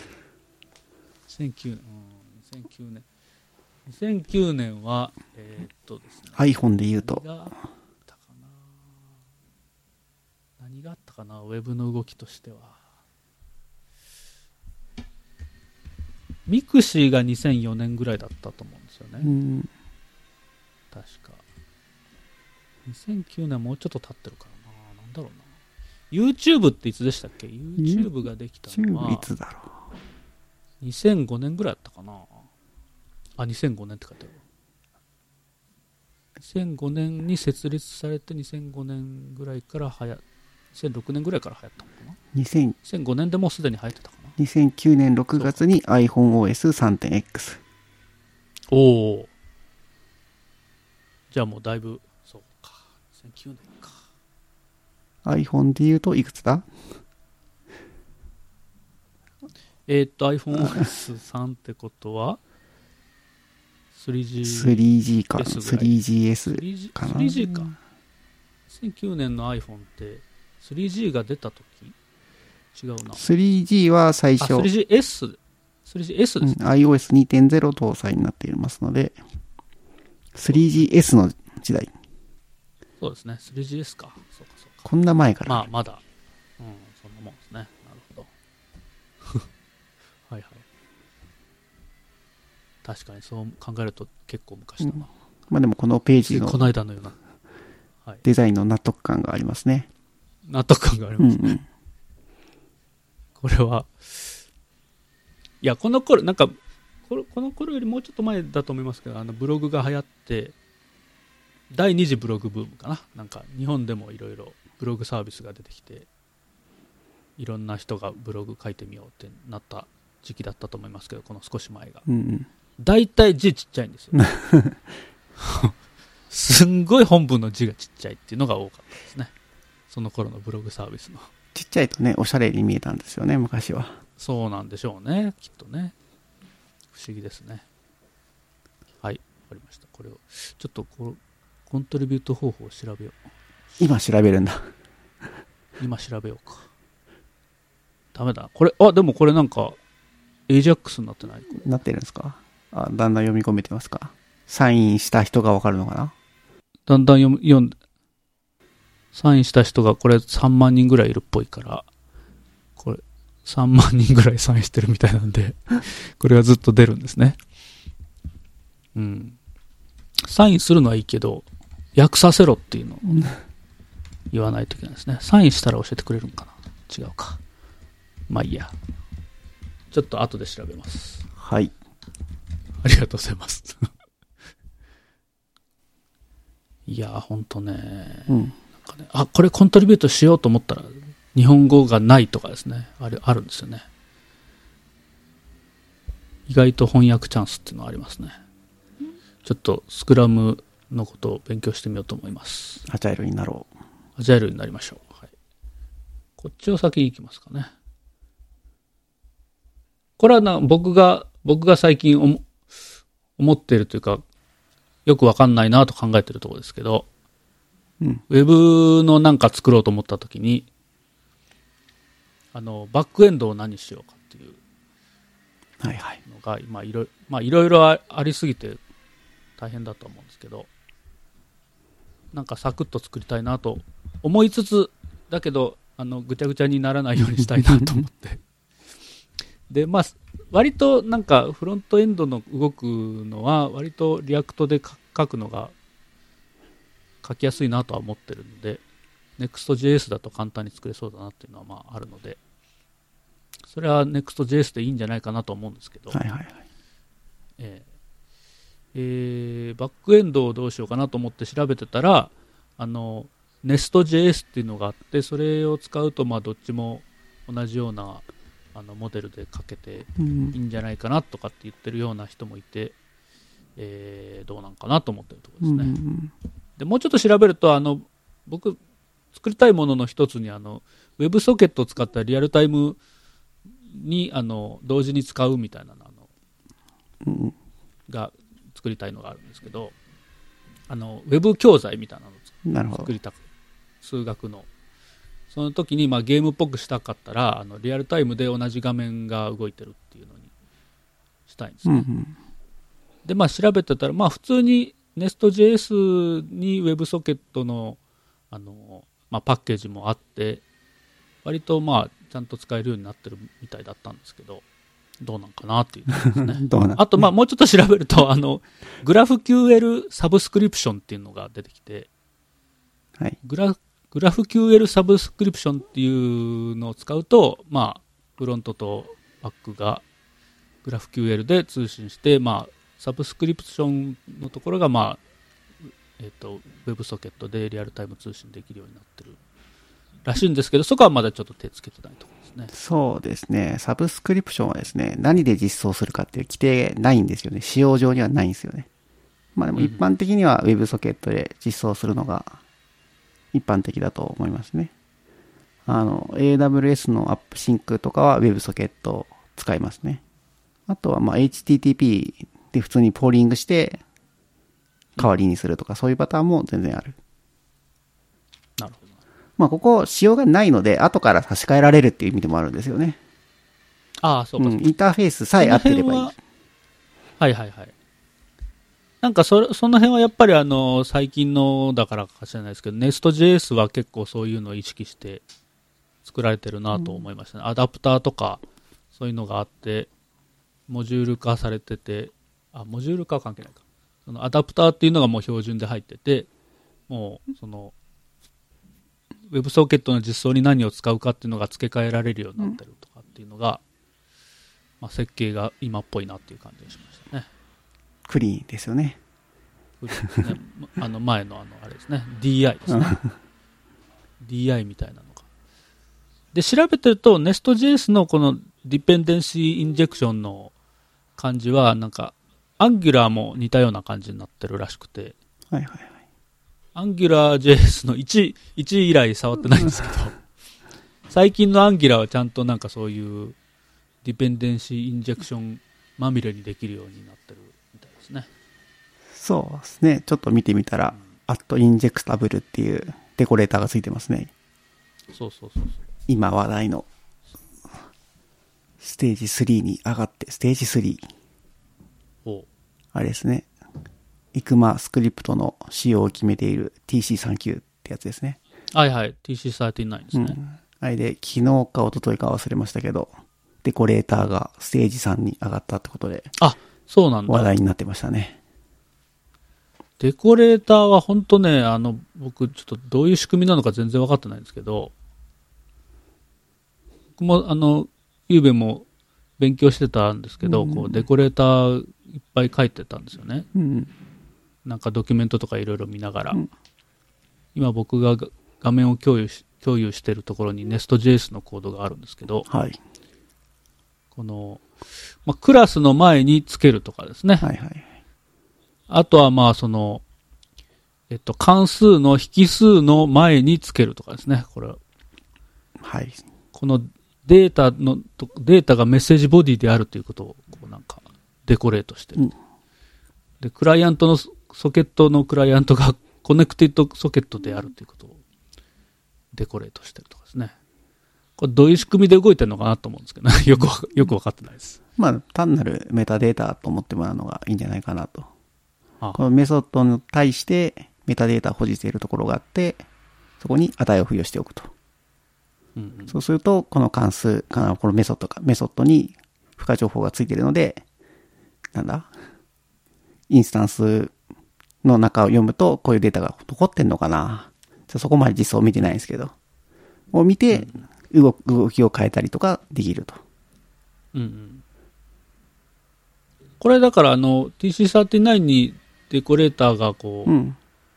2009年。2009年は、ですね。 iPhone で言うと。 何があったかな、ウェブの動きとしては。ミクシーが2004年ぐらいだったと思うんですよね。確か。2009年もうちょっと経ってるからな。なんだろうな。YouTube っていつでしたっけ？ YouTube ができたのは。 いつだろう。2005年ぐらいだったかな。2005年って書いてある。2005年に設立されて2005年ぐらいから2006年ぐらいから流行ったのかな。2005年でもうすでに流行ってたかな。 2009年6月に iPhoneOS3.X。 おお。じゃあもうだいぶ、そうか。2009年か。 iPhone で言うといくつだ iPhoneOS3 ってことは 3G か 3GS かな 3G か。2009年の iPhone って 3G が出た時違うな。 3G は最初 3GS ですね。 iOS2.0 搭載になっていますので 3GS の時代。 そうですね。3GS か。そうか。 こんな前から。 まだ。そんなもんですね。なるほど。はい。確かにそう考えると結構昔だな。 まあでもこのページのこの間のような、 デザインの納得感がありますね。 納得感がありますね。これは、いや、この頃よりもうちょっと前だと思いますけど、ブログが流行って、第2次ブログブームかな。なんか日本でもいろいろブログサービスが出てきて、いろんな人がブログ書いてみようってなった時期だったと思いますけど、この少し前が。だいたい字ちっちゃいんですよ。 すんごい本文の字がちっちゃいっていうのが多かったですね。その頃のブログサービスの。 ちっちゃいとね、おしゃれに見えたんですよね、昔は。 そうなんでしょうね、きっとね。不思議ですね。はい、わかりました。これを、ちょっとコントリビュート方法を調べよう。 今調べるんだ。 今調べようか。ダメだ。これ、でもこれなんか、AJAX になってない？ なってるんですか？だんだん読み込めてますか？サインした人がわかるのかな？ だんだん読んで、サインした人がこれ3万人ぐらいいるっぽいから、これ3万人ぐらいサインしてるみたいなんで、これがずっと出るんですね。うん。サインするのはいいけど、訳させろっていうのを言わないといけないですね。サインしたら教えてくれるのかな？違うか。まあいいや。ちょっと後で調べます。 はい。 ありがとうございます。いやー、ほんとね。 うん。 なんかね、これコントリビュートしようと思ったら、日本語がないとかですね。あるんですよね。意外と翻訳チャンスっていうのはありますね。ちょっとスクラムのことを勉強してみようと思います。 アジャイルになろう。 アジャイルになりましょう。はい、こっちを先に行きますかね。これは僕が最近思っているというか、よくわかんないなと考えているところですけど、 うん、 ウェブのなんか作ろうと思ったときに、バックエンドを何しようかっていうのが、今いろいろありすぎて大変だと思うんですけど、なんかサクッと作りたいなと思いつつ、だけどぐちゃぐちゃにならないようにしたいなと思ってで、割となんかフロントエンドの動くのは割とリアクトで書くのが書きやすいなとは思ってるので、 Next.js だと簡単に作れそうだなっていうのはあるので、それは Next.js でいいんじゃないかなと思うんですけど、 はいはいはい。 バックエンドをどうしようかなと思って調べてたら、Nest.js っていうのがあって、それを使うとどっちも同じようなモデルで書けていいんじゃないかなとかって言ってるような人もいて、どうなんかなと思ってるところですね。でもうちょっと調べると、僕作りたいものの一つにWeb ソケットを使ったリアルタイムに同時に使うみたいなのが作りたいのがあるんですけど、ウェブ教材みたいなのを作りたく、数学のその時にゲームっぽくしたかったらリアルタイムで同じ画面が動いてるっていうのにしたいんですね。で調べてたら普通に Nest.js に WebSocket のパッケージもあって、割とちゃんと使えるようになってるみたいだったんですけど、どうなんかなっていうですね。あともうちょっと調べるとグラフ QL サブスクリプションっていうのが出てきて、 はい、 グラフ QL サブスクリプションっていうのを使うと、フロントとバックがグラフ QL で通信して、サブスクリプションのところがWebSocket でリアルタイム通信できるようになってるらしいんですけど、そこはまだちょっと手つけてないところですね。 そうですね。サブスクリプションはですね、何で実装するかっていう規定ないんですよね。使用上にはないんですよね。でも一般的には WebSocket で実装するのが一般的だと思いますね。AWS のアップシンクとかは WebSocket を使いますね。あとはHTTP で普通にポーリングして代わりにするとか、そういうパターンも全然ある。 なるほど。 ここ仕様がないので後から差し替えられるっていう意味でもあるんですよね。 そうか、 インターフェースさえ合ってればいい。 はいはいはい。なんかその辺はやっぱり最近のだからか知らないですけど、Nest.js は結構そういうのを意識して作られてるなと思いましたね。アダプターとかそういうのがあって、モジュール化されてて、モジュール化は関係ないか。そのアダプターっていうのがもう標準で入ってて、もうその WebSocket の実装に何を使うかっていうのが付け替えられるようになってるとかっていうのが、設計が今っぽいなっていう感じがしましたね。 クリーンですよね。 クリーンですね。前のあれですね。DI ですね。DI みたいなのが。で、調べてると Nest.js のこのディペンデンシーインジェクションの感じはなんかアンギュラーも似たような感じになってるらしくて、 はいはいはい。 アンギュラー JS の1以来触ってないんですけど、最近のアンギュラーはちゃんとなんかそういうディペンデンシーインジェクションまみれにできるようになってるみたいですね。 そうですね。ちょっと見てみたら、アットインジェクタブルっていうデコレーターがついてますね。 そうそうそうそう。 今話題のステージ3に上がって、ステージ3。 おあれですね。イクマスクリプトの仕様を決めている TC39 ってやつですね。 はいはい。TC39 ですね。 あれで、昨日か一昨日か忘れましたけど、デコレーターがステージ3に上がったってことで、 あ、そうなんだ。 話題になってましたね。 デコレーターは本当ね、僕ちょっとどういう仕組みなのか全然分かってないんですけど、僕もゆうべも勉強してたんですけど、こうデコレーターいっぱい書いてたんですよね。なんかドキュメントとかいろいろ見ながら。今僕が画面を共有しているところに Nest.js のコードがあるんですけど、 はい。 この、クラスの前につけるとかですね。 はいはい。 あとは関数の引数の前につけるとかですね。これは。 はい。 このデータがメッセージボディであるということを、こうなんか、デコレートしてる。で、クライアントのソケットのクライアントがコネクティッドソケットであるということをデコレートしてるとかですね。これどういう仕組みで動いてるのかなと思うんですけどね。よくわかってないです。 単なるメタデータと思ってもらうのがいいんじゃないかなと。 ああ、 このメソッドに対してメタデータを保持しているところがあって、そこに値を付与しておくと。そうすると、この関数、このメソッドに付加情報がついているので、インスタンスの中を読むと、こういうデータが残ってんのかな。そこまで実装を見てないんですけど、を見て、動きを変えたりとかできると。 これだからTC39 にデコレーターがこう、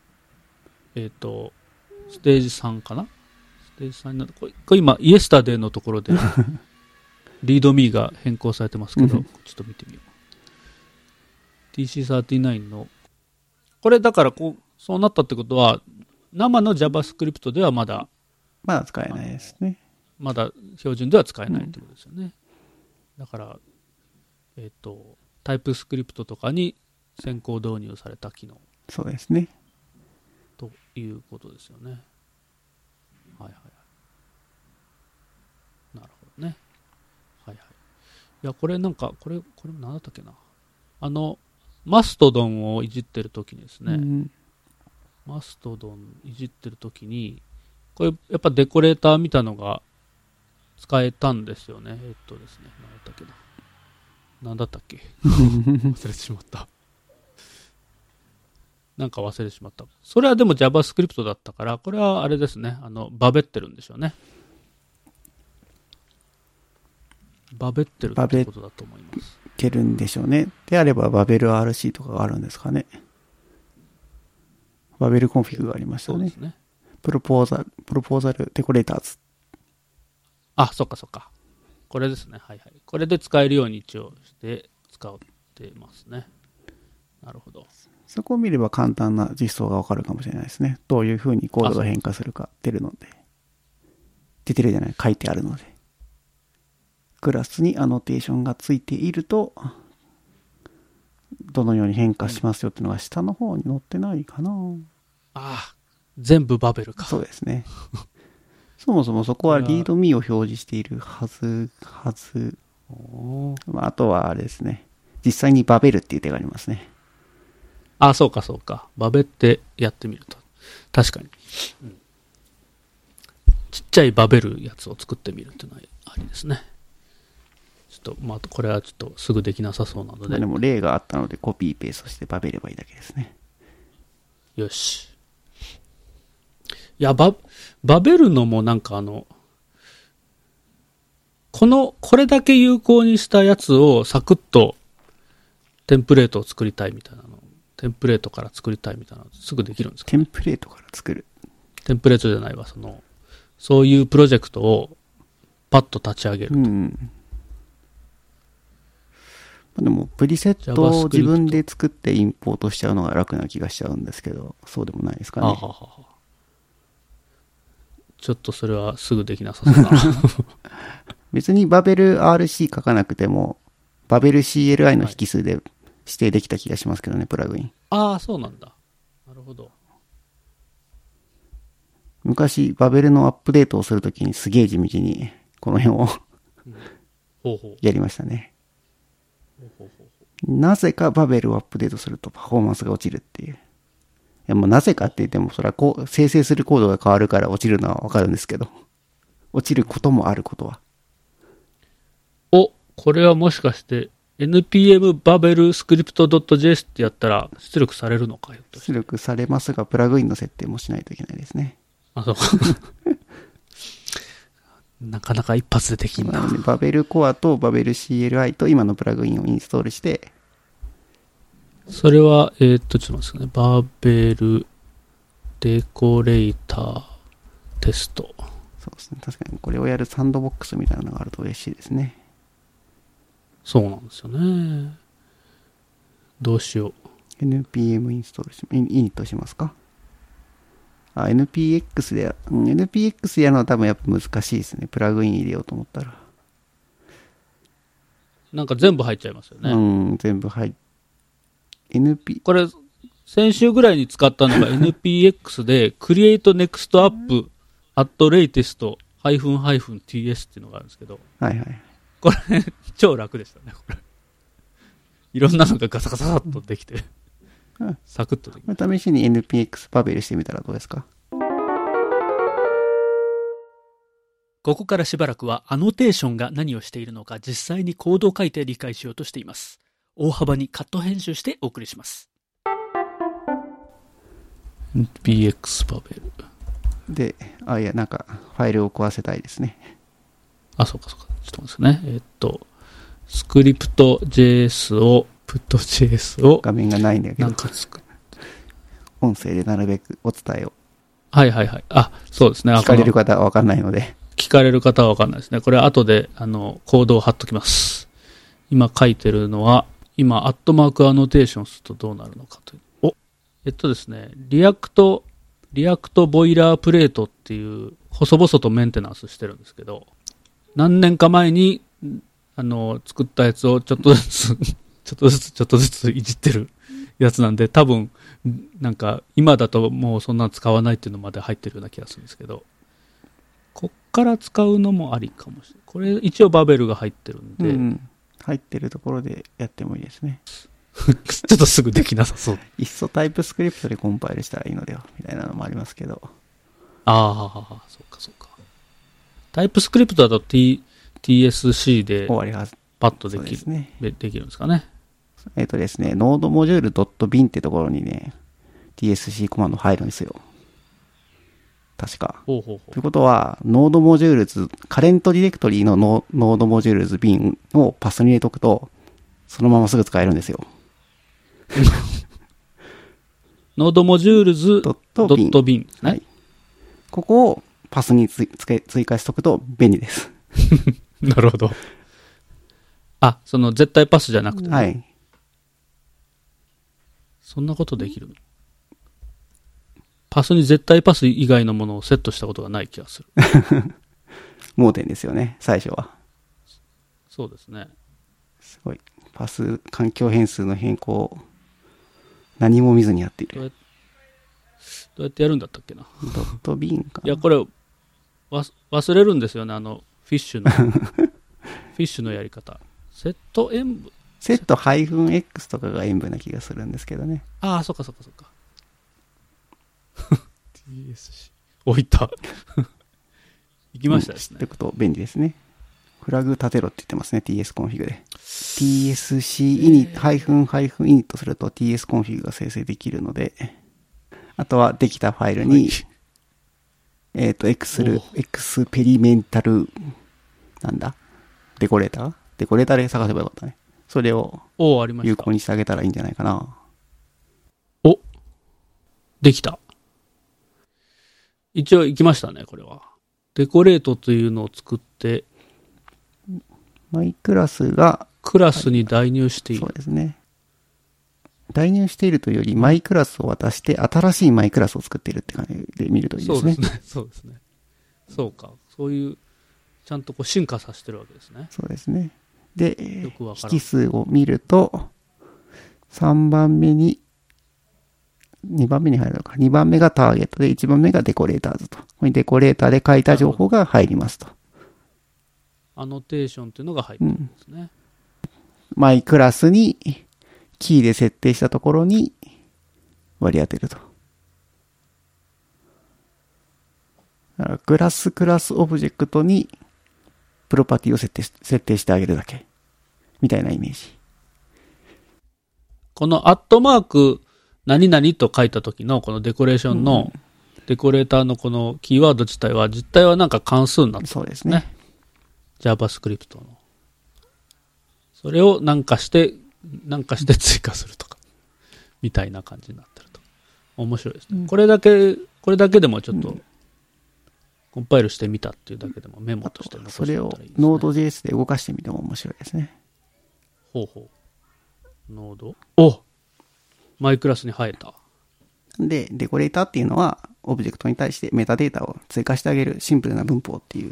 ステージ3かな、ステージ3になる。これ今、イエスタデーのところで、リードミーが変更されてますけど、ちょっと見てみよう。TC39 の、これだからそうなったってことは、生の JavaScript ではまだ使えないですね。 まだ標準では使えないってことですよね。だから、タイプスクリプトとかに先行導入された機能。 そうですね。 ということですよね。はいはい。なるほどね。はいはい。いや、これなんか、これ何だったっけな。マストドンをいじってるときにですね、マストドンいじってるときに、これやっぱデコレーターみたいのが使えたんですよね。ですね、何だったっけ忘れてしまった。なんか忘れてしまった。それはでも JavaScript だったから、これはあれですね、バベってるんでしょうね。バベってるってことだと思います。 いけるんでしょうね。であれば、バベル RC とかがあるんですかね。バベルコンフィグがありましたね。そうですね。プロポーザルデコレーターズ。 あ、そっかそっか。これですね。はいはい。これで使えるように一応して使ってますね。なるほど。 そこを見れば簡単な実装がわかるかもしれないですね。どういうふうにコードが変化するか出るので。出てるじゃない、書いてあるので。クラスにアノテーションがついていると、どのように変化しますよっていうのが下の方に載ってないかな。 ああ、全部バベルか。 そうですね。そもそもそこはリードミーを表示しているはず。あとはあれですね。実際にバベルっていう手がありますね。 あ、そうかそうか。バベってやってみると。確かに。ちっちゃいバベルやつを作ってみるっていうのはありですね。ちょっと、これはちょっとすぐできなさそうなので。 でも例があったのでコピーペーストしてバベればいいだけですね。 よし。いや、バベるのもなんかこれだけ有効にしたやつをサクッとテンプレートを作りたいみたいなの。テンプレートから作りたいみたいなのすぐできるんですか？ テンプレートから作る。 テンプレートじゃないわ。そういうプロジェクトをパッと立ち上げると。 でも、プリセットを JavaScript 自分で作ってインポートしちゃうのが楽な気がしちゃうんですけど、そうでもないですかね。 はははちょっとそれはすぐできなさそうだな。 別にバベル RC 書かなくても、バベル CLI の引数で指定できた気がしますけどね、プラグイン。 ああ、そうなんだ。なるほど。 昔、バベルのアップデートをするときにすげえ地道に、この辺をほうほう。 やりましたね。 ほうほうほうなぜかバベルをアップデートするとパフォーマンスが落ちるっていう。いや、もうなぜかって言っても、それはこう、生成するコードが変わるから落ちるのはわかるんですけど、落ちることもあることは。 お、これはもしかして npm バベルスクリプト .js ってやったら出力されるのかよとして。 出力されますが、プラグインの設定もしないといけないですね。 あ、そう。なかなか一発でできんな。 なので、バベルコアとバベル CLI と今のプラグインをインストールして、 それは、ちょっと待ってくださいね。バベルデコレーターテスト。 そうですね。確かにこれをやるサンドボックスみたいなのがあると嬉しいですね。 そうなんですよね。どうしよう。 npm インストールし、イニットしますか。あ、npx で、npx でやるのは多分やっぱ難しいですね。プラグイン入れようと思ったら。 なんか全部入っちゃいますよね。 うん、全部これ、先週ぐらいに使ったのが npx で create next app at latest -ts っていうのがあるんですけど、 はいはい。 これ超楽でしたね、これ。いろんなのがガサガサっとできて、サクッとできる。 これ試しに npx バベルしてみたらどうですか。 ここからしばらくはアノテーションが何をしているのか実際にコードを書いて理解しようとしています。大幅にカット編集してお送りします。 npx バベル。 で、いや、なんか、ファイルを壊せたいですね。 あ、そうかそうか。ちょっと待ってね。スクリプト JS を、プット JS を、 画面がないんだけど、 なんか音声でなるべくお伝えを。 はいはいはい。あ、そうですね。 聞かれる方はわかんないので。 聞かれる方はわかんないですね。これ後で、コードを貼っときます。今書いてるのは、今、アットマークアノテーションするとどうなるのかという。ですね、リアクトボイラープレートっていう、細々とメンテナンスしてるんですけど、何年か前に、作ったやつをちょっとずついじってるやつなんで、多分、なんか、今だともうそんなの使わないっていうのまで入ってるような気がするんですけど、こっから使うのもありかもしれない。これ、一応バベルが入ってるんで、 入ってるところでやってもいいですね。 ちょっとすぐできなさそう。 いっそタイプスクリプトでコンパイルしたらいいのでは、みたいなのもありますけど。 ああ、そうかそうか。タイプスクリプトだと TSC で終わりはず。 パッとできる、 そうですね。 できるんですかね。 ですね、ノードモジュール .bin ってところにね、TSC コマンド入るんですよ。確か。 ほうほうほということは、ノードモジュールズ、カレントディレクトリのノードモジュールズ bin をパスに入れとくと、そのまますぐ使えるんですよ。 ノードモジュールズドットビンですね。 はい。ここをパスに追加しとくと便利です。 なるほど。あ、その絶対パスじゃなくて、 はい。 そんなことできるの？パスに絶対パス以外のものをセットしたことがない気がする。 盲点ですよね、最初は。 そうですね。 すごい。パス環境変数の変更を何も見ずにやっている。 どうやってやるんだったっけな。 ドットビンかな。 いや、これ、忘れるんですよね、フィッシュの、フィッシュのやり方。セット演武。 セット -x とかが演武な気がするんですけどね。 ああ、そっかそっかそっか。TSC。置いた。行きましたですね。 知っておくと便利ですね。フラグ立てろって言ってますね、TS コンフィグで。TSC イニイニットすると TS コンフィグが生成できるので、あとはできたファイルに、エクスペリメンタル、なんだデコレーターで探せばよかったね。それを有効にしてあげたらいいんじゃないかな。 お、できた。一応行きましたね、これは。デコレートというのを作って、 マイクラスがクラスに代入している。 そうですね。代入しているというより、マイクラスを渡して、新しいマイクラスを作っているって感じで見るといいですね。 そうですね。そうですね。そうか。そういう、ちゃんとこう進化させてるわけですね。 そうですね。で、 よくわからん引数を見ると、3番目に、2番目に入るのか。2番目がターゲットで、1番目がデコレーターズと。ここにデコレーターで書いた情報が入りますと。 アノテーションっていうのが入ってるんですね。 マイクラスに、キーで設定したところに割り当てると。だからクラスオブジェクトにプロパティを設定してあげるだけ。みたいなイメージ。 このアットマーク何々と書いた時のこのデコレーションの、デコレーターのこのキーワード自体は実態はなんか関数になってるんですね。 そうですね。 JavaScript の。それをなんかして追加するとか、みたいな感じになってると。面白いですね。これだけでもちょっと、コンパイルしてみたっていうだけでもメモとして残してそれをみたらいいですね。 Node.js で動かしてみても面白いですね。 ほうほう。ノード。お、マイクラスに生えた。 で、デコレーターっていうのは、オブジェクトに対してメタデータを追加してあげるシンプルな文法っていう。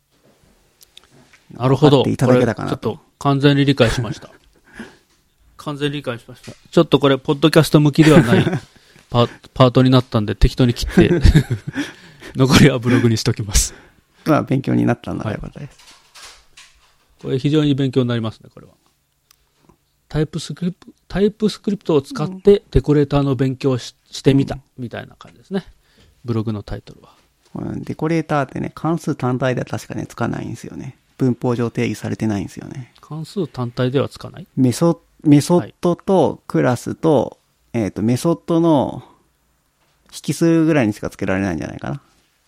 なるほど。 分かっていただけたかなとこれちょっと完全に理解しました。完全に理解しました。ちょっとこれ、ポッドキャスト向きではないパートになったんで、適当に切って、残りはブログにしときます。 まあ、勉強になったならよかったです。 これ非常に勉強になりますね、これは。タイプスクリプトを使ってデコレーターの勉強をしてみた、みたいな感じですね。ブログのタイトルは。 デコレーターってね、関数単体では確かね、つかないんですよね。文法上定義されてないんですよね。 関数単体ではつかない？ メソッドとクラスと、メソッドの引数ぐらいにしかつけられないんじゃないかな。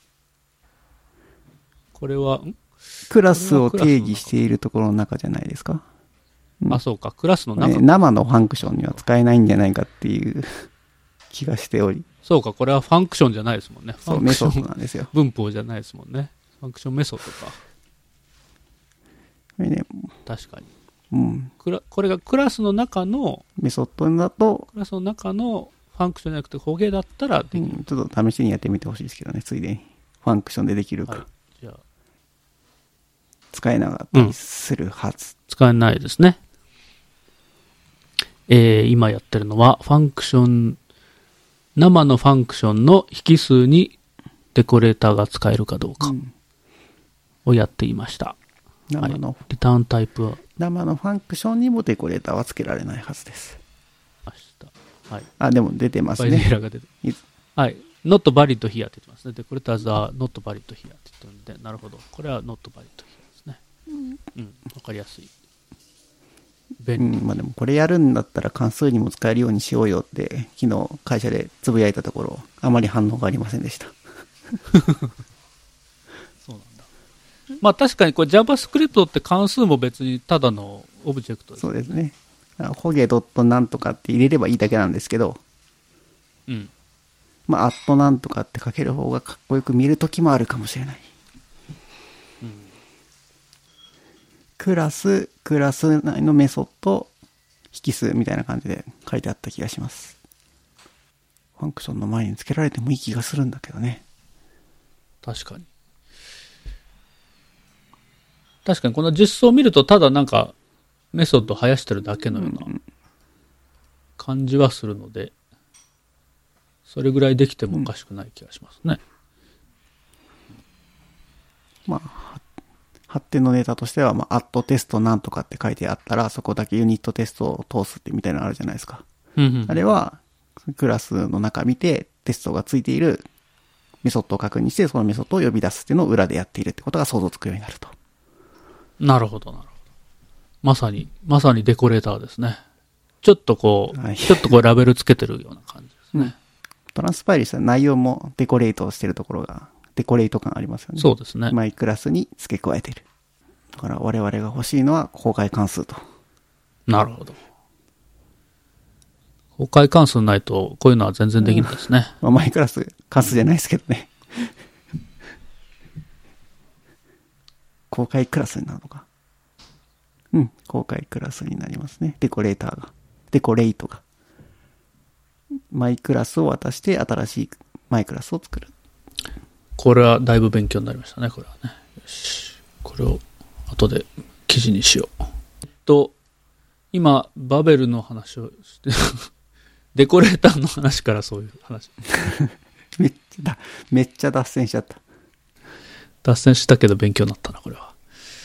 これは、 クラスを定義しているところの中じゃないですか。 あ、そうか、クラスの中。 生のファンクションには使えないんじゃないかっていう気がしており。 そうか、これはファンクションじゃないですもんね。 そう、メソッドなんですよ。 文法じゃないですもんね。ファンクションメソッドか。 これね、 確かに。 うん。 これがクラスの中の、 メソッドだと、 クラスの中のファンクションじゃなくて、捕鯨だったらできる。 ちょっと試しにやってみてほしいですけどね、ついでに。ファンクションでできるか。 はい、じゃあ使えなかったりするはず。 使えないですね。今やってるのは、ファンクション、生のファンクションの引数にデコレーターが使えるかどうかをやっていました。 生の、 はい、リターンタイプは生のファンクションにもデコレーターは付けられないはずです。 はい。 あ、でも出てますね。 バイデーラが出てはい。not valid here って言ってますね。デコレーターズは not valid here って言ってるんで、なるほど。これは not valid here ですね。うん。わかりやすい。便利。 まあでもこれやるんだったら関数にも使えるようにしようよって昨日会社でつぶやいたところあまり反応がありませんでした。 そうなんだ。まあ確かにこれ JavaScript って関数も別にただのオブジェクトです、ね。 そうですね。ホゲドットなんとかって入れればいいだけなんですけど、 うん。 まあアットなんとかって書ける方がかっこよく見るときもあるかもしれない。 うん、 クラス内のメソッド、引数みたいな感じで書いてあった気がします。ファンクションの前に付けられてもいい気がするんだけどね。 確かに。確かにこの実装を見るとただなんかメソッド生やしてるだけのような感じはするので、それぐらいできてもおかしくない気がしますね。 まあ、発展のデータとしては、アットテストなんとかって書いてあったら、そこだけユニットテストを通すってみたいなのあるじゃないですか。あれは、クラスの中見て、テストがついているメソッドを確認して、そのメソッドを呼び出すっていうのを裏でやっているってことが想像つくようになると。 なるほど、なるほど。まさにデコレーターですね。ちょっとこう、ちょっとこうラベルつけてるような感じですね。 トランスパイリスは内容もデコレートをしてるところが、デコレート感ありますよね。 そうですね。 マイクラスに付け加えている。だから我々が欲しいのは公開関数と。 なるほど。公開関数ないと、こういうのは全然できないですね。 マイクラス関数じゃないですけどね。公開クラスになるのか。 うん、公開クラスになりますね。デコレートが。マイクラスを渡して新しいマイクラスを作る。 これはだいぶ勉強になりましたね、これはね。よし。これを後で記事にしよう。今、バベルの話をして、デコレーターの話からそういう話。 めっちゃ脱線しちゃった。 脱線したけど勉強になったな、これは。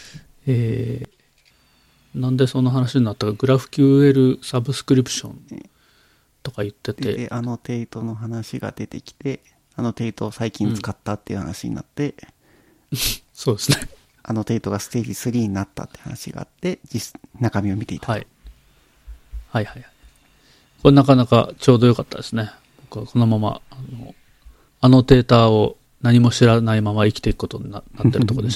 なんでその話になったか、グラフ QL サブスクリプションとか言ってて。 で、アノテイトの話が出てきて、アノテイトを最近使ったっていう話になって、 そうですね。 アノテイトがステージ3になったって話があって、中身を見ていた。 はい。はいはい。これなかなかちょうど良かったですね。僕はこのまま、アノテーターを何も知らないまま生きていくことになってるところでした。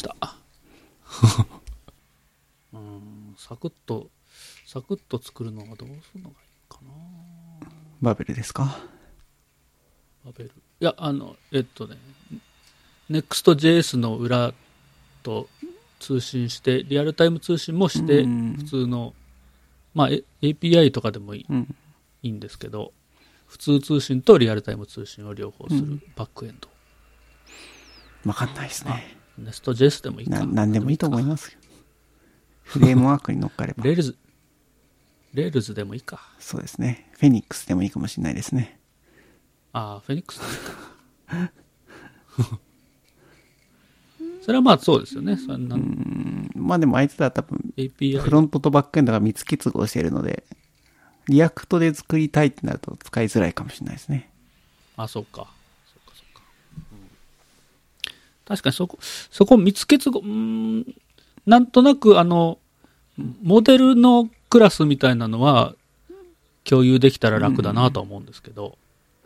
サクッと作るのはどうするのがいいかな。 バベルですか？ バベル。いや、Next.js の裏と通信して、リアルタイム通信もして、普通の、まあ、API とかでもいいんですけど、普通通信とリアルタイム通信を両方するバックエンド。 わかんないですね。 Nest.js でもいいか。 何でもいいと思いますよ。フレームワークに乗っかれば。 レールズでもいいか。 そうですね。フェニックスでもいいかもしれないですね。 ああ、フェニックスでもいいか。それはまあそうですよね。 まあでも相手は多分、 API フロントとバックエンドが密結合しているので、リアクトで作りたいってなると使いづらいかもしれないですね。 あ、そうか。確かにそこ密結合、なんとなくモデルのクラスみたいなのは共有できたら楽だなとは思うんですけど、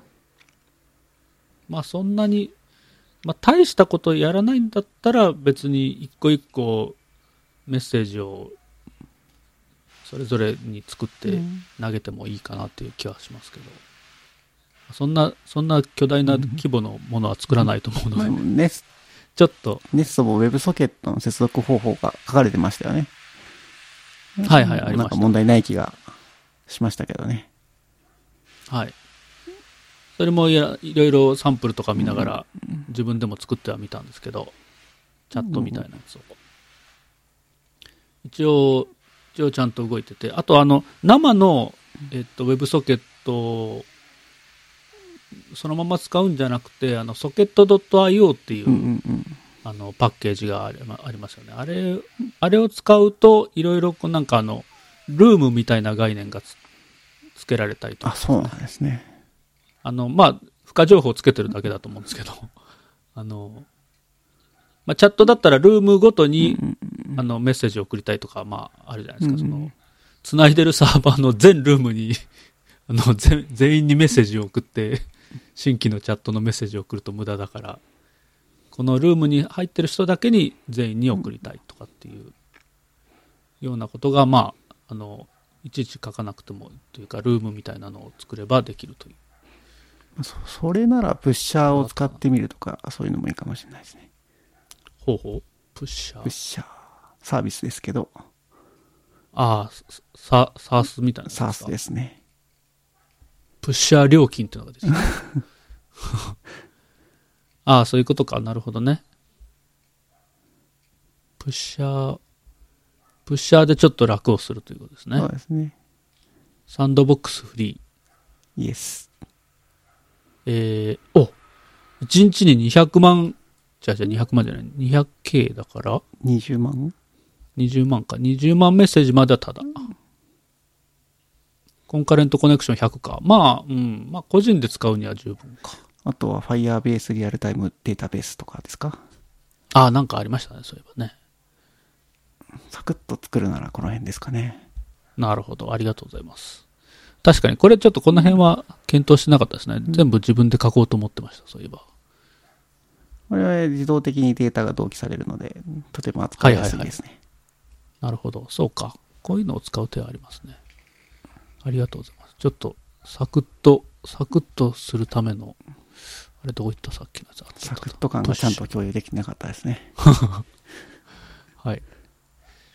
まあそんなに、まあ大したことやらないんだったら別に一個一個メッセージをそれぞれに作って投げてもいいかなっていう気はしますけど、そんな巨大な規模のものは作らないと思うので、ちょっと。 ネストも WebSocket の接続方法が書かれてましたよね。 はいはい、ありました。 なんか問題ない気がしましたけどね。 はい。それもいろいろサンプルとか見ながら自分でも作ってはみたんですけど、チャットみたいなやつを。一応ちゃんと動いてて、あと生の、WebSocket をそのまま使うんじゃなくて、socket.io っていう、パッケージがありますよね。あれを使うと、いろいろなんかルームみたいな概念がつけられたりとか。 あ、そうなんですね。 まあ、付加情報をつけてるだけだと思うんですけど、まあ、チャットだったらルームごとに、メッセージを送りたいとか、まあ、あるじゃないですか。繋いでるサーバーの全ルームに、全員にメッセージを送って、新規のチャットのメッセージを送ると無駄だから、このルームに入ってる人だけに全員に送りたいとかっていうようなことが、まあ、いちいち書かなくてもというか、ルームみたいなのを作ればできるという。 それならプッシャーを使ってみるとか、そういうのもいいかもしれないですね。 ほうほう。プッシャーサービスですけど。 ああ、SaaS みたいな。 SaaS ですね。 プッシャー料金っていうのが出てきた。ああ、そういうことか。なるほどね。プッシャーでちょっと楽をするということですね。 そうですね。 サンドボックスフリー。イエス。 1日に200万、じゃあ200万じゃない、200K だから。 20万 ?20 万か。20万メッセージまではただ。コンカレントコネクション100か。まあ、まあ、個人で使うには十分か。 あとは Firebase リアルタイムデータベースとかですか？ ああ、なんかありましたね、そういえばね。 サクッと作るならこの辺ですかね。 なるほど、ありがとうございます。確かに、これちょっとこの辺は検討してなかったですね。全部自分で書こうと思ってました、そういえば。 これは自動的にデータが同期されるので、とても扱いやすいですね。 なるほど、そうか。こういうのを使う手はありますね。ありがとうございます。ちょっと、サクッとするための、あれどういったさっきのやつサクッと感がちゃんと共有できなかったですね。 はい。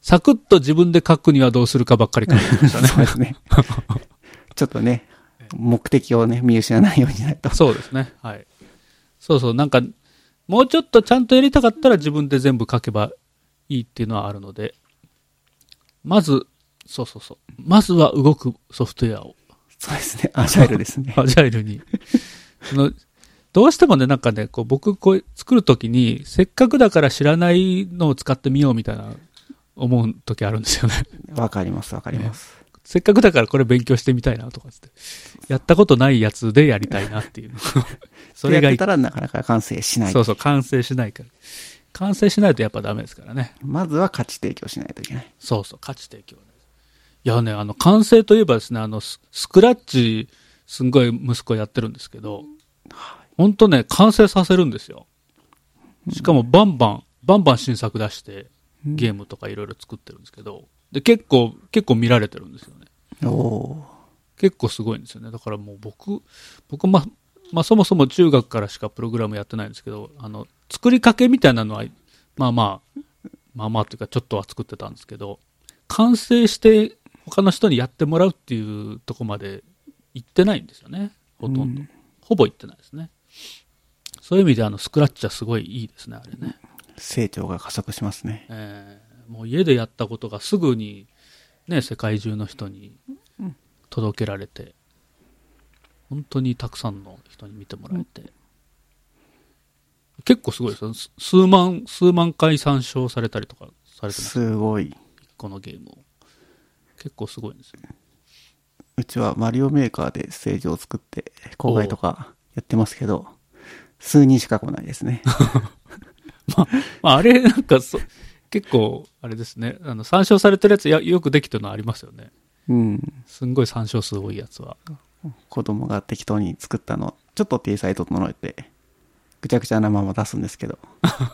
サクッと自分で書くにはどうするかばっかり考えてましたね。 そうですね。ちょっとね、目的をね、見失わないようになると。 そうですね。はい。そうそう、なんか、もうちょっとちゃんとやりたかったら自分で全部書けばいいっていうのはあるので、まず、そう。まずは動くソフトウェアを。 そうですね。アジャイルですね。 アジャイルに。どうしてもね、なんかね、こう僕こう作るときに、せっかくだから知らないのを使ってみようみたいな思うときあるんですよね。 わかります。 せっかくだからこれ勉強してみたいなとかって。やったことないやつでやりたいなっていう。 それがやってたらなかなか完成しない。 そう、完成しないから。完成しないとやっぱダメですからね。 まずは価値提供しないといけない。 そう、価値提供。いやね、完成といえばですね、スクラッチ、すんごい息子やってるんですけど、ほんとね、完成させるんですよ。しかもバンバン新作出して、ゲームとかいろいろ作ってるんですけど、で、結構見られてるんですよね。結構すごいんですよね。だからもう僕そもそも中学からしかプログラムやってないんですけど、作りかけみたいなのは、まあまあっていうかちょっとは作ってたんですけど、完成して他の人にやってもらうっていうとこまで行ってないんですよね。ほとんど。ほぼ行ってないですね。そういう意味でスクラッチはすごいいいですね、あれね。 成長が加速しますね。 もう家でやったことがすぐにね、世界中の人に届けられて、本当にたくさんの人に見てもらえて、結構すごいですよ。数万回参照されたりとかされてます。 すごい。 このゲームを。結構すごいんですよね。 うちはマリオメーカーでステージを作って公開とかやってますけど、数人しか来ないですね。 まあ、あれなんか結構あれですね、参照されてるやつよくできてるのありますよね。すんごい参照数多いやつは。 子供が適当に作ったのちょっと体裁整えてぐちゃぐちゃなまま出すんですけど。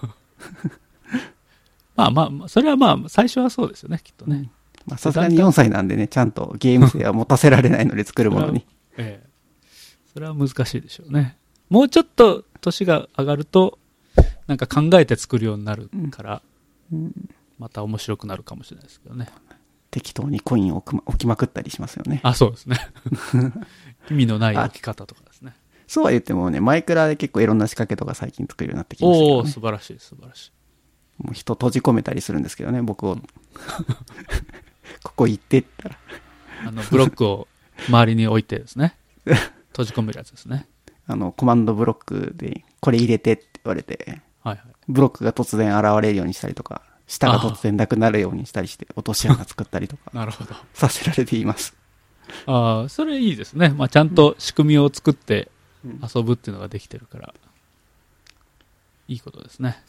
まあそれはまあ最初はそうですよね、きっとね。 さすがに4歳なんでね、ちゃんとゲーム性は持たせられないので作るものに。 それは難しいでしょうね。もうちょっと年が上がるとなんか考えて作るようになるから、また面白くなるかもしれないですけどね。 適当にコインを置きまくったりしますよね。 そうですね。意味のない置き方とかですね。 そうは言ってもね、マイクラで結構いろんな仕掛けとか最近作るようになってきましたけどね。 素晴らしい。 もう人閉じ込めたりするんですけどね、僕を。ここ行ってって言ったら。ブロックを周りに置いてですね。閉じ込めるやつですね。 コマンドブロックでこれ入れてって言われて、ブロックが突然現れるようにしたりとか、下が突然なくなるようにしたりして落とし穴作ったりとかなるほどさせられています。 それいいですね。ちゃんと仕組みを作って遊ぶっていうのができてるから、いいことですね。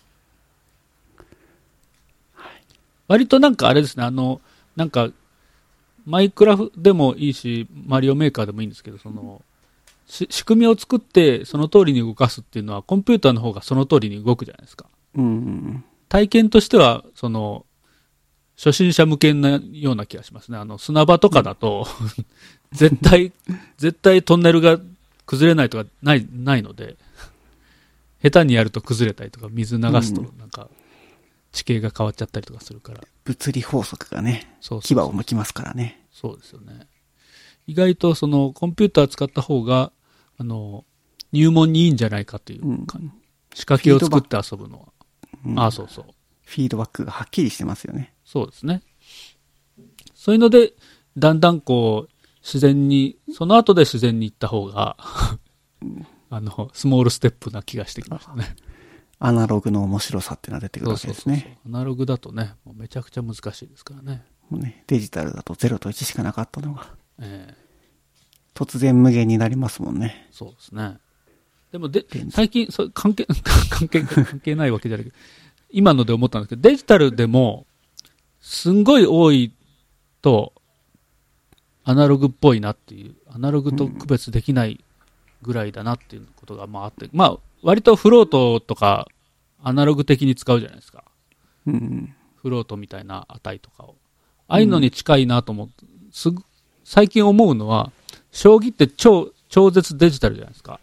割となんかあれですね、なんかマイクラでもいいしマリオメーカーでもいいんですけど、仕組みを作ってその通りに動かすっていうのはコンピューターの方がその通りに動くじゃないですか。体験としては初心者向けなような気がしますね。砂場とかだと絶対トンネルが崩れないとかないので、下手にやると崩れたりとか水流すとなんか地形が変わっちゃったりとかするから、 物理法則がね、牙を剥きますからね。 そうですよね。意外とコンピューター使った方が入門にいいんじゃないかというか、仕掛けを作って遊ぶのは、そう。フィードバックがはっきりしてますよね。 そうですね。そういうのでだんだん自然に、その後で自然に行った方がスモールステップな気がしてきましたね。 アナログの面白さっていうのが出てくるわけですね。 アナログだとね、もうめちゃくちゃ難しいですからね。 もうね、デジタルだと0と1しかなかったのが、突然無限になりますもんね。 そうですね。でも最近関係ないわけじゃないけど、今ので思ったんですけど、デジタルでもすんごい多いとアナログっぽいなっていう、アナログと区別できないぐらいだなっていうことがあって、割とフロートとかアナログ的に使うじゃないですか。フロートみたいな値とかを。ああいうのに近いなと思って、最近思うのは、将棋って超絶デジタルじゃないですか。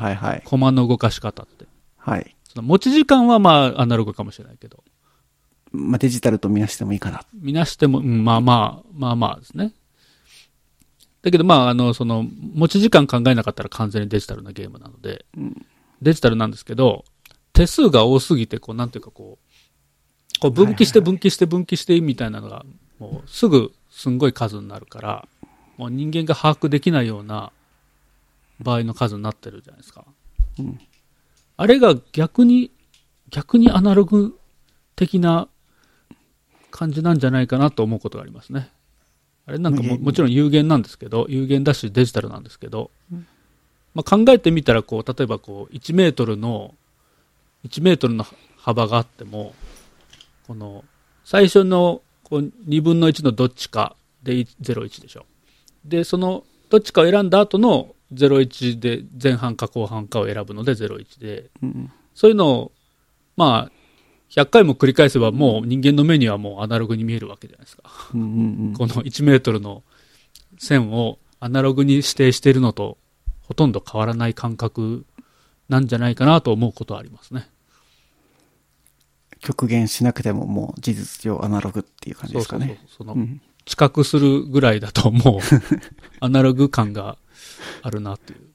駒の動かし方って。持ち時間はアナログかもしれないけど。 まあ、デジタルとみなしてもいいかな。 みなしても、まあまあですね。だけど、まあ、その、持ち時間考えなかったら完全にデジタルなゲームなので、デジタルなんですけど、手数が多すぎて、こう、なんていうかこう分岐して分岐して分岐してみたいなのが、もうすぐすんごい数になるから、もう人間が把握できないような場合の数になってるじゃないですか。あれが逆にアナログ的な感じなんじゃないかなと思うことがありますね。あれなんか もちろん有限なんですけど、有限だしデジタルなんですけど、まあ、考えてみたらこう、例えばこう1メートルの幅があっても、この最初のこう2分の1のどっちかで01でしょ。で、そのどっちかを選んだ後の01で前半か後半かを選ぶので01で、そういうのを、まあ、100回も繰り返せばもう人間の目にはもうアナログに見えるわけじゃないですか。この1メートルの線をアナログに指定しているのとほとんど変わらない感覚なんじゃないかなと思うことはありますね。 極限しなくてももう事実上アナログっていう感じですかね。 その、知覚するぐらいだともうアナログ感があるなっていう。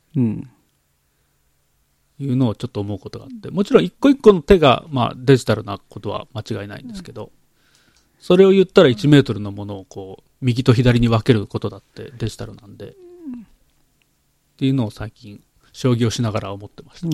いうのをちょっと思うことがあって、もちろん一個一個の手が、まあ、デジタルなことは間違いないんですけど、それを言ったら1メートルのものをこう右と左に分けることだってデジタルなんで、っていうのを最近将棋をしながら思ってました。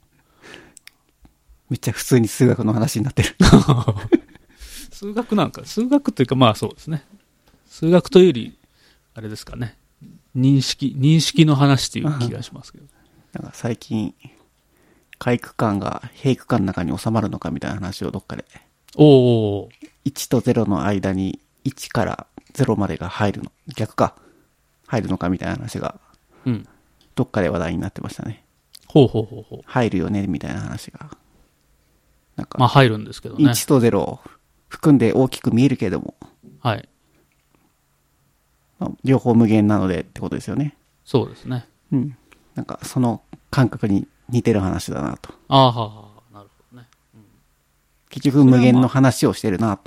めっちゃ普通に数学の話になってる。 数学なんか、数学というかまあそうですね。数学というより、あれですかね。認識の話っていう気がしますけど。 なんか最近、回区間が閉区間の中に収まるのかみたいな話をどっかで。1と0の間に1から0までが入るの。逆か。入るのかみたいな話が、どっかで話題になってましたね。入るよねみたいな話が。なんか、 まあ入るんですけどね。 1と0を含んで大きく見えるけれども。 はい。 まあ、両方無限なのでってことですよね。 そうですね。 なんかその感覚に似てる話だなと。 なるほどね。 結局無限の話をしてるなと。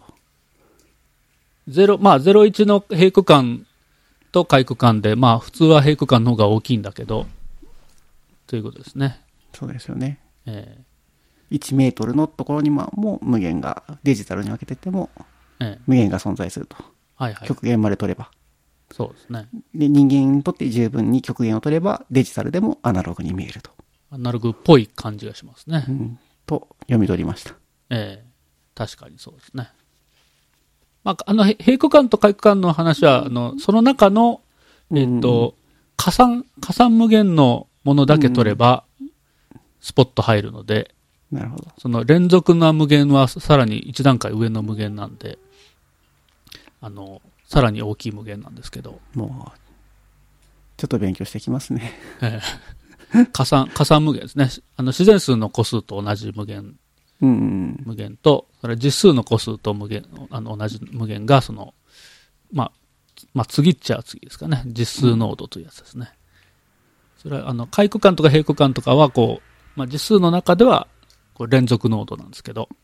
まあ01の閉区間と開区間で、まあ普通は閉区間の方が大きいんだけど、ということですね。 そうですよね。1メートルのところにもう無限が、デジタルに分けてても、無限が存在すると。極限まで取れば。 そうですね。 で、人間にとって十分に極限を取れば、デジタルでもアナログに見えると。 アナログっぽい感じがしますね。 と読み取りました。 確かにそうですね。まあ、閉区間と開区間の話は、その中の、加算無限のものだけ取れば、スポッと入るので、 なるほど。 その連続な無限はさらに一段階上の無限なんで、さらに大きい無限なんですけど。 もう、ちょっと勉強してきますね。 加算無限ですね。自然数の個数と同じ無限。無限と、それ実数の個数と無限、同じ無限が、まあ、次っちゃ次ですかね。実数濃度というやつですね。それは、開区間とか閉区間とかは、こう、まあ、実数の中では、こう連続濃度なんですけど、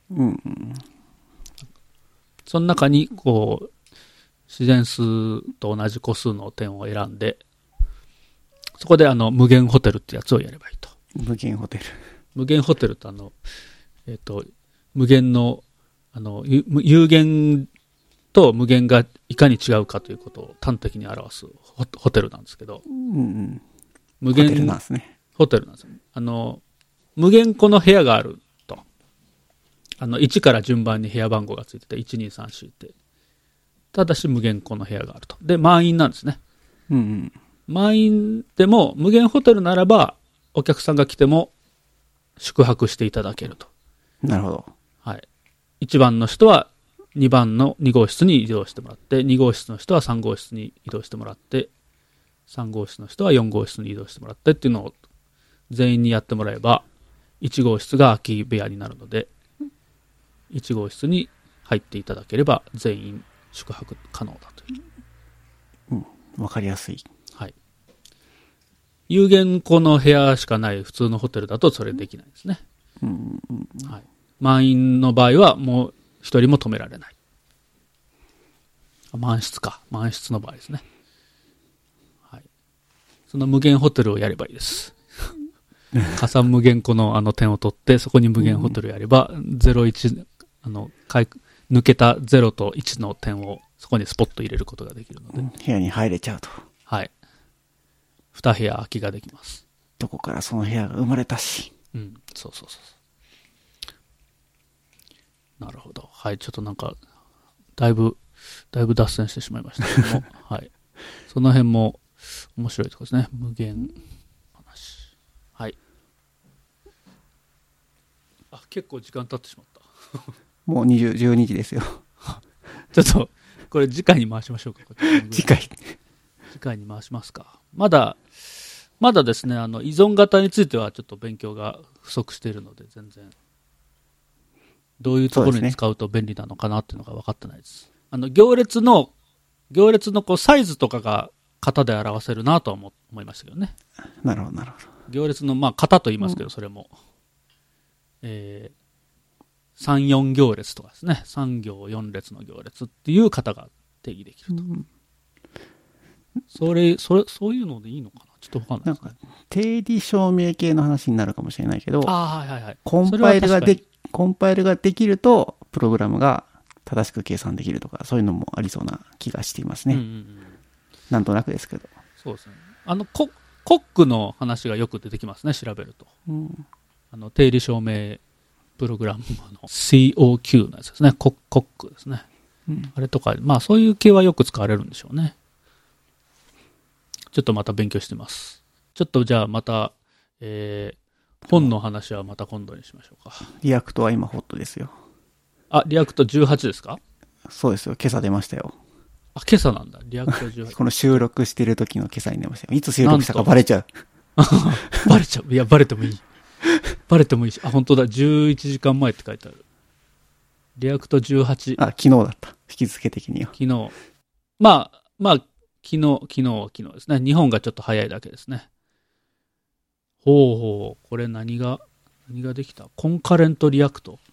その中に、こう、自然数と同じ個数の点を選んで、そこで無限ホテルってやつをやればいいと。 無限ホテル。 無限ホテルと無限の、有限と無限がいかに違うかということを端的に表すホテルなんですけど、無限ホテルなんですね。 ホテルなんですね。無限個の部屋があると。1から順番に部屋番号がついてて、1、2、3、4って。ただし無限個の部屋があると。で、満員なんですね。満員でも無限ホテルならば、お客さんが来ても宿泊していただけると。 なるほど。 はい。1番の人は2番の2号室に移動してもらって、2号室の人は3号室に移動してもらって、3号室の人は4号室に移動してもらってっていうのを全員にやってもらえば、1号室が空き部屋になるので、1号室に入っていただければ全員宿泊可能だという。 わかりやすい。 はい。有限個の部屋しかない普通のホテルだとそれできないですね。はい。満員の場合はもう一人も止められない。満室か。満室の場合ですね。はい。その無限ホテルをやればいいです。加算無限個の点を取って、そこに無限ホテルやれば、0、1、抜けた0と1の点をそこにスポッと入れることができるので。 部屋に入れちゃうと。 はい。2部屋空きができます。 どこからその部屋が生まれたし。 うん、そう。なるほど。はい、ちょっとなんか、だいぶ脱線してしまいましたけども、はい。その辺も面白いところですね。無限話。はい。あ、結構時間経ってしまった。 もう12時ですよ。 ちょっと、これ次回に回しましょうか。 次回に回しますか。まだですね、依存型についてはちょっと勉強が不足しているので、全然。どういうところに使うと便利なのかなっていうのが分かってないです。行列のこうサイズとかが型で表せるなとは思いましたけどね。 なるほど。 行列の、型と言いますけど、それも。3、4行列とかですね。3行4列の行列っていう型が定義できると。そういうのでいいのかなちょっと分かんないですね。 なんか、定理証明系の話になるかもしれないけど、 はい。 コンパイルができると、プログラムが正しく計算できるとか、そういうのもありそうな気がしていますね。なんとなくですけど。 そうですね。コックの話がよく出てきますね、調べると。定理証明プログラムの COQ のやつですね。コックですね。あれとか、そういう系はよく使われるんでしょうね。ちょっとまた勉強してます。ちょっとじゃあまた、本の話はまた今度にしましょうか。 リアクトは今ホットですよ。 あ、リアクト18ですか？ そうですよ。今朝出ましたよ。 あ、今朝なんだ。リアクト18。 この収録してる時の今朝に出ましたよ。いつ収録したかバレちゃう。 バレちゃう。いや、バレてもいい。バレてもいいし。あ、本当だ。11時間前って書いてある。リアクト18。 あ、昨日だった。引き付け的には。 昨日。昨日ですね。日本がちょっと早いだけですね。これ何ができた？コンカレントリアクト。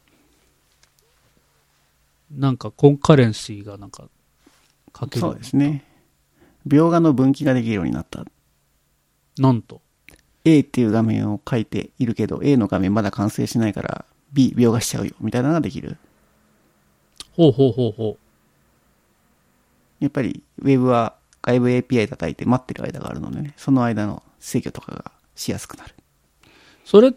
なんかコンカレンシーがなんか書ける。 そうですね。描画の分岐ができるようになった。 なんと。 A っていう画面を書いているけど、A の画面まだ完成しないから、B 描画しちゃうよ、みたいなのができる。やっぱり、ウェブは外部 API 叩いて待ってる間があるのでね、その間の制御とかがしやすくなる。 それって、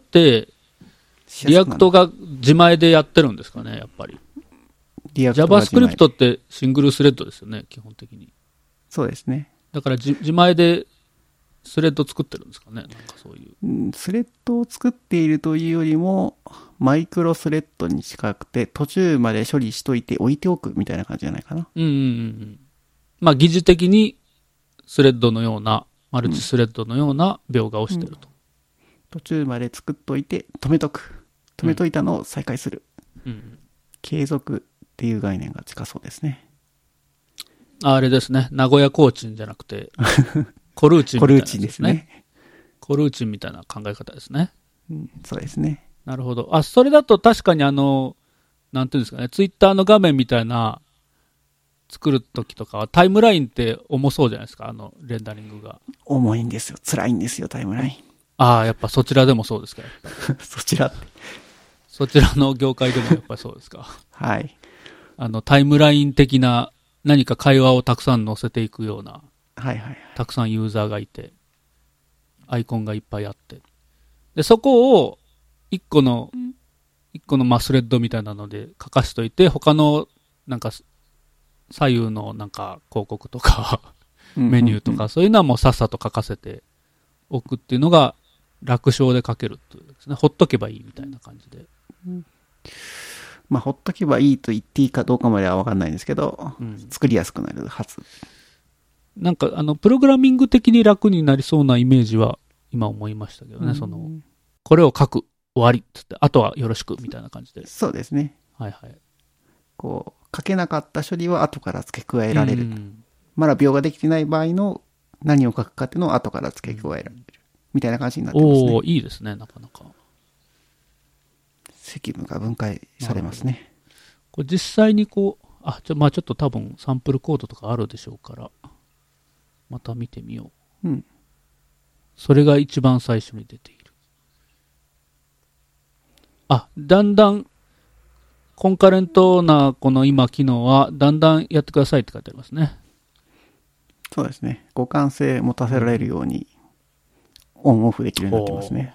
リアクトが自前でやってるんですかね、やっぱり。JavaScript ってシングルスレッドですよね、基本的に。 そうですね。 だから自前でスレッド作ってるんですかね、なんかそういう。 スレッドを作っているというよりも、マイクロスレッドに近くて、途中まで処理しといて置いておくみたいな感じじゃないかな。 疑似的にスレッドのような、マルチスレッドのような描画をしてると。 途中まで作っといて、止めとく。止めといたのを再開する。継続っていう概念が近そうですね。 あれですね。名古屋コーチンじゃなくて、コルーチンみたいな、 コルーチンですね。 コルーチンみたいな考え方ですね。 そうですね。 なるほど。それだと確かになんていうんですかね、ツイッターの画面みたいな、作るときとかは、タイムラインって重そうじゃないですか、レンダリングが。 重いんですよ。辛いんですよ、タイムライン。 やっぱそちらでもそうですか。 そちらって。 そちらの業界でもやっぱりそうですか。 はい。 タイムライン的な何か会話をたくさん載せていくような、たくさんユーザーがいて、アイコンがいっぱいあって。で、そこを一個のスレッドみたいなので書かしといて、他のなんか左右のなんか広告とかメニューとかそういうのはもうさっさと書かせておくっていうのが楽勝で書けるっていうですね。ほっとけばいいみたいな感じで。 ほっとけばいいと言っていいかどうかまでは分かんないんですけど、作りやすくなるはず。 なんかプログラミング的に楽になりそうなイメージは今思いましたけどね。これを書く、終わりっつって、あとはよろしくみたいな感じで。 そうですね。 はいはい。 書けなかった処理は後から付け加えられる。まだ描画できてない場合の何を書くかっていうのを後から付け加えられる。みたいな感じになってますね。 いいですね、なかなか。 積分が分解されますね。 これ実際にこう、まあちょっと多分サンプルコードとかあるでしょうから、また見てみよう。 うん。 それが一番最初に出ている。だんだん、コンカレントなこの今機能は、だんだんやってくださいって書いてありますね。 そうですね。互換性持たせられるように、オンオフできるようになってますね。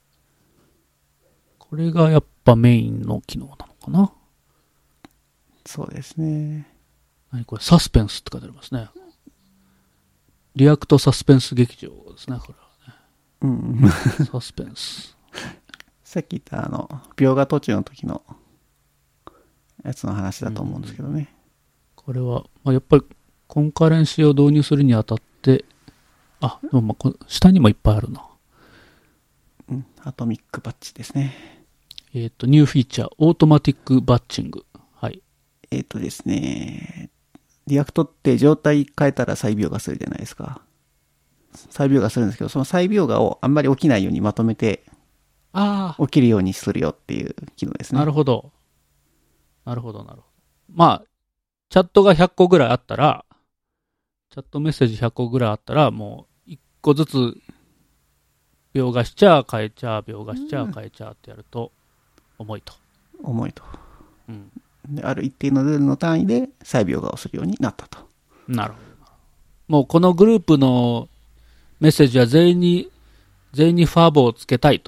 これがやっぱメインの機能なのかな。 そうですね。 何これ、サスペンスって書いてありますね。リアクトサスペンス劇場ですね、これはね。 うん。 サスペンス。 さっき言った描画途中の時のやつの話だと思うんですけどね。 これは、まあ、やっぱりコンカレンシーを導入するにあたって、でもまあ下にもいっぱいあるな。 うん。アトミックバッチですね。 ニューフィーチャー、オートマティックバッチング。はい。 ですね、リアクトって状態変えたら再描画するじゃないですか。再描画するんですけど、その再描画をあんまり起きないようにまとめて、起きるようにするよっていう機能ですね。 なるほど。なるほど。まあ、チャットが100個ぐらいあったら、チャットメッセージ100個ぐらいあったら、もう1個ずつ、描画しちゃ、変えちゃ、描画しちゃ、変えちゃってやると、重いと。 重いと。 うん。 である一定のルールの単位で再描画をするようになったと。 なるほど。もうこのグループのメッセージは全員にファボをつけたいと。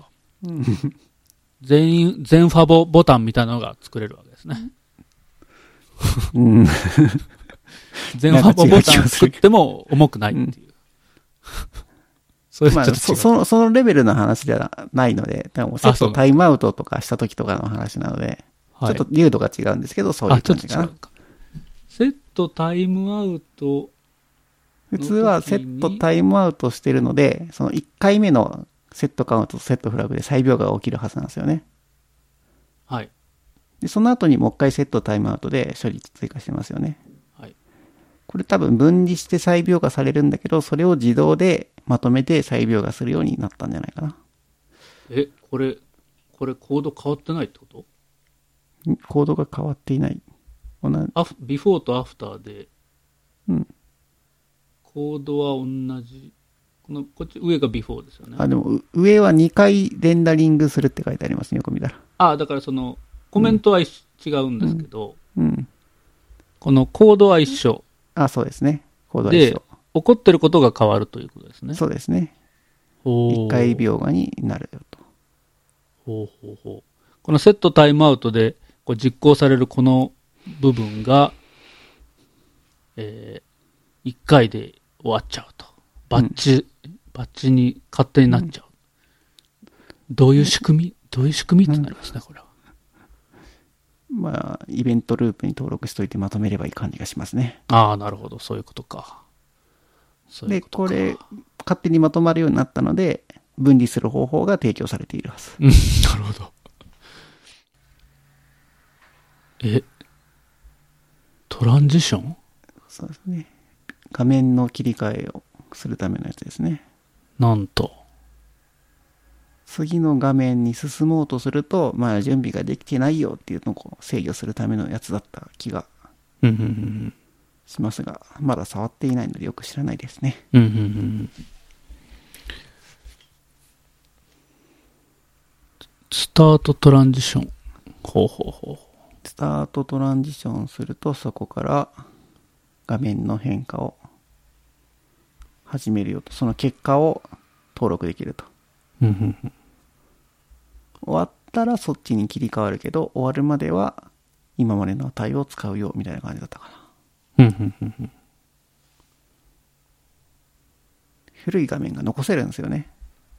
全ファボボタンみたいなのが作れるわけですね。 うん。 全ファボボタン作っても重くないっていう。それちょっと違う。 そのレベルの話ではないので、多分セットタイムアウトとかした時とかの話なので、ちょっと流度が違うんですけど、そういう感じかな。 ちょっと違うか。セットタイムアウト。 普通はセットタイムアウトしてるので、その1回目のセットカウントとセットフラグで再描画が起きるはずなんですよね。 はい。 で、その後にもう一回セットタイムアウトで処理追加してますよね。 はい。 これ多分分離して再描画されるんだけど、それを自動でまとめて再描画するようになったんじゃないかな。 これコード変わってないってこと？ コードが変わっていない。 ビフォーとアフターで、 うん。 コードは同じ。こっち上がビフォーですよね。 でも上は2回レンダリングするって書いてありますね、よく見たら。 だからコメントは違うんですけど、 うん。 このコードは一緒。 そうですね。コードは一緒。 で、起こってることが変わるということですね。 そうですね。1回描画になるよと。 このセットタイムアウトで実行されるこの部分が、1回で終わっちゃうと。バッチに勝手になっちゃう。どういう仕組みってなりますね、これは。 まあ、イベントループに登録しといてまとめればいい感じがしますね。 なるほど。そういうことか。 で、これ、勝手にまとまるようになったので、分離する方法が提供されているはず。 なるほど。トランジション？ そうですね。画面の切り替えをするためのやつですね。 なんと。 次の画面に進もうとすると、まあ準備ができてないよっていうのを制御するためのやつだった気がしますが、まだ触っていないのでよく知らないですね。 スタートトランジション。 スタートトランジションすると、そこから画面の変化を始めるよと、その結果を登録できると。終わったらそっちに切り替わるけど、終わるまでは今までの値を使うよみたいな感じだったかな。古い画面が残せるんですよね。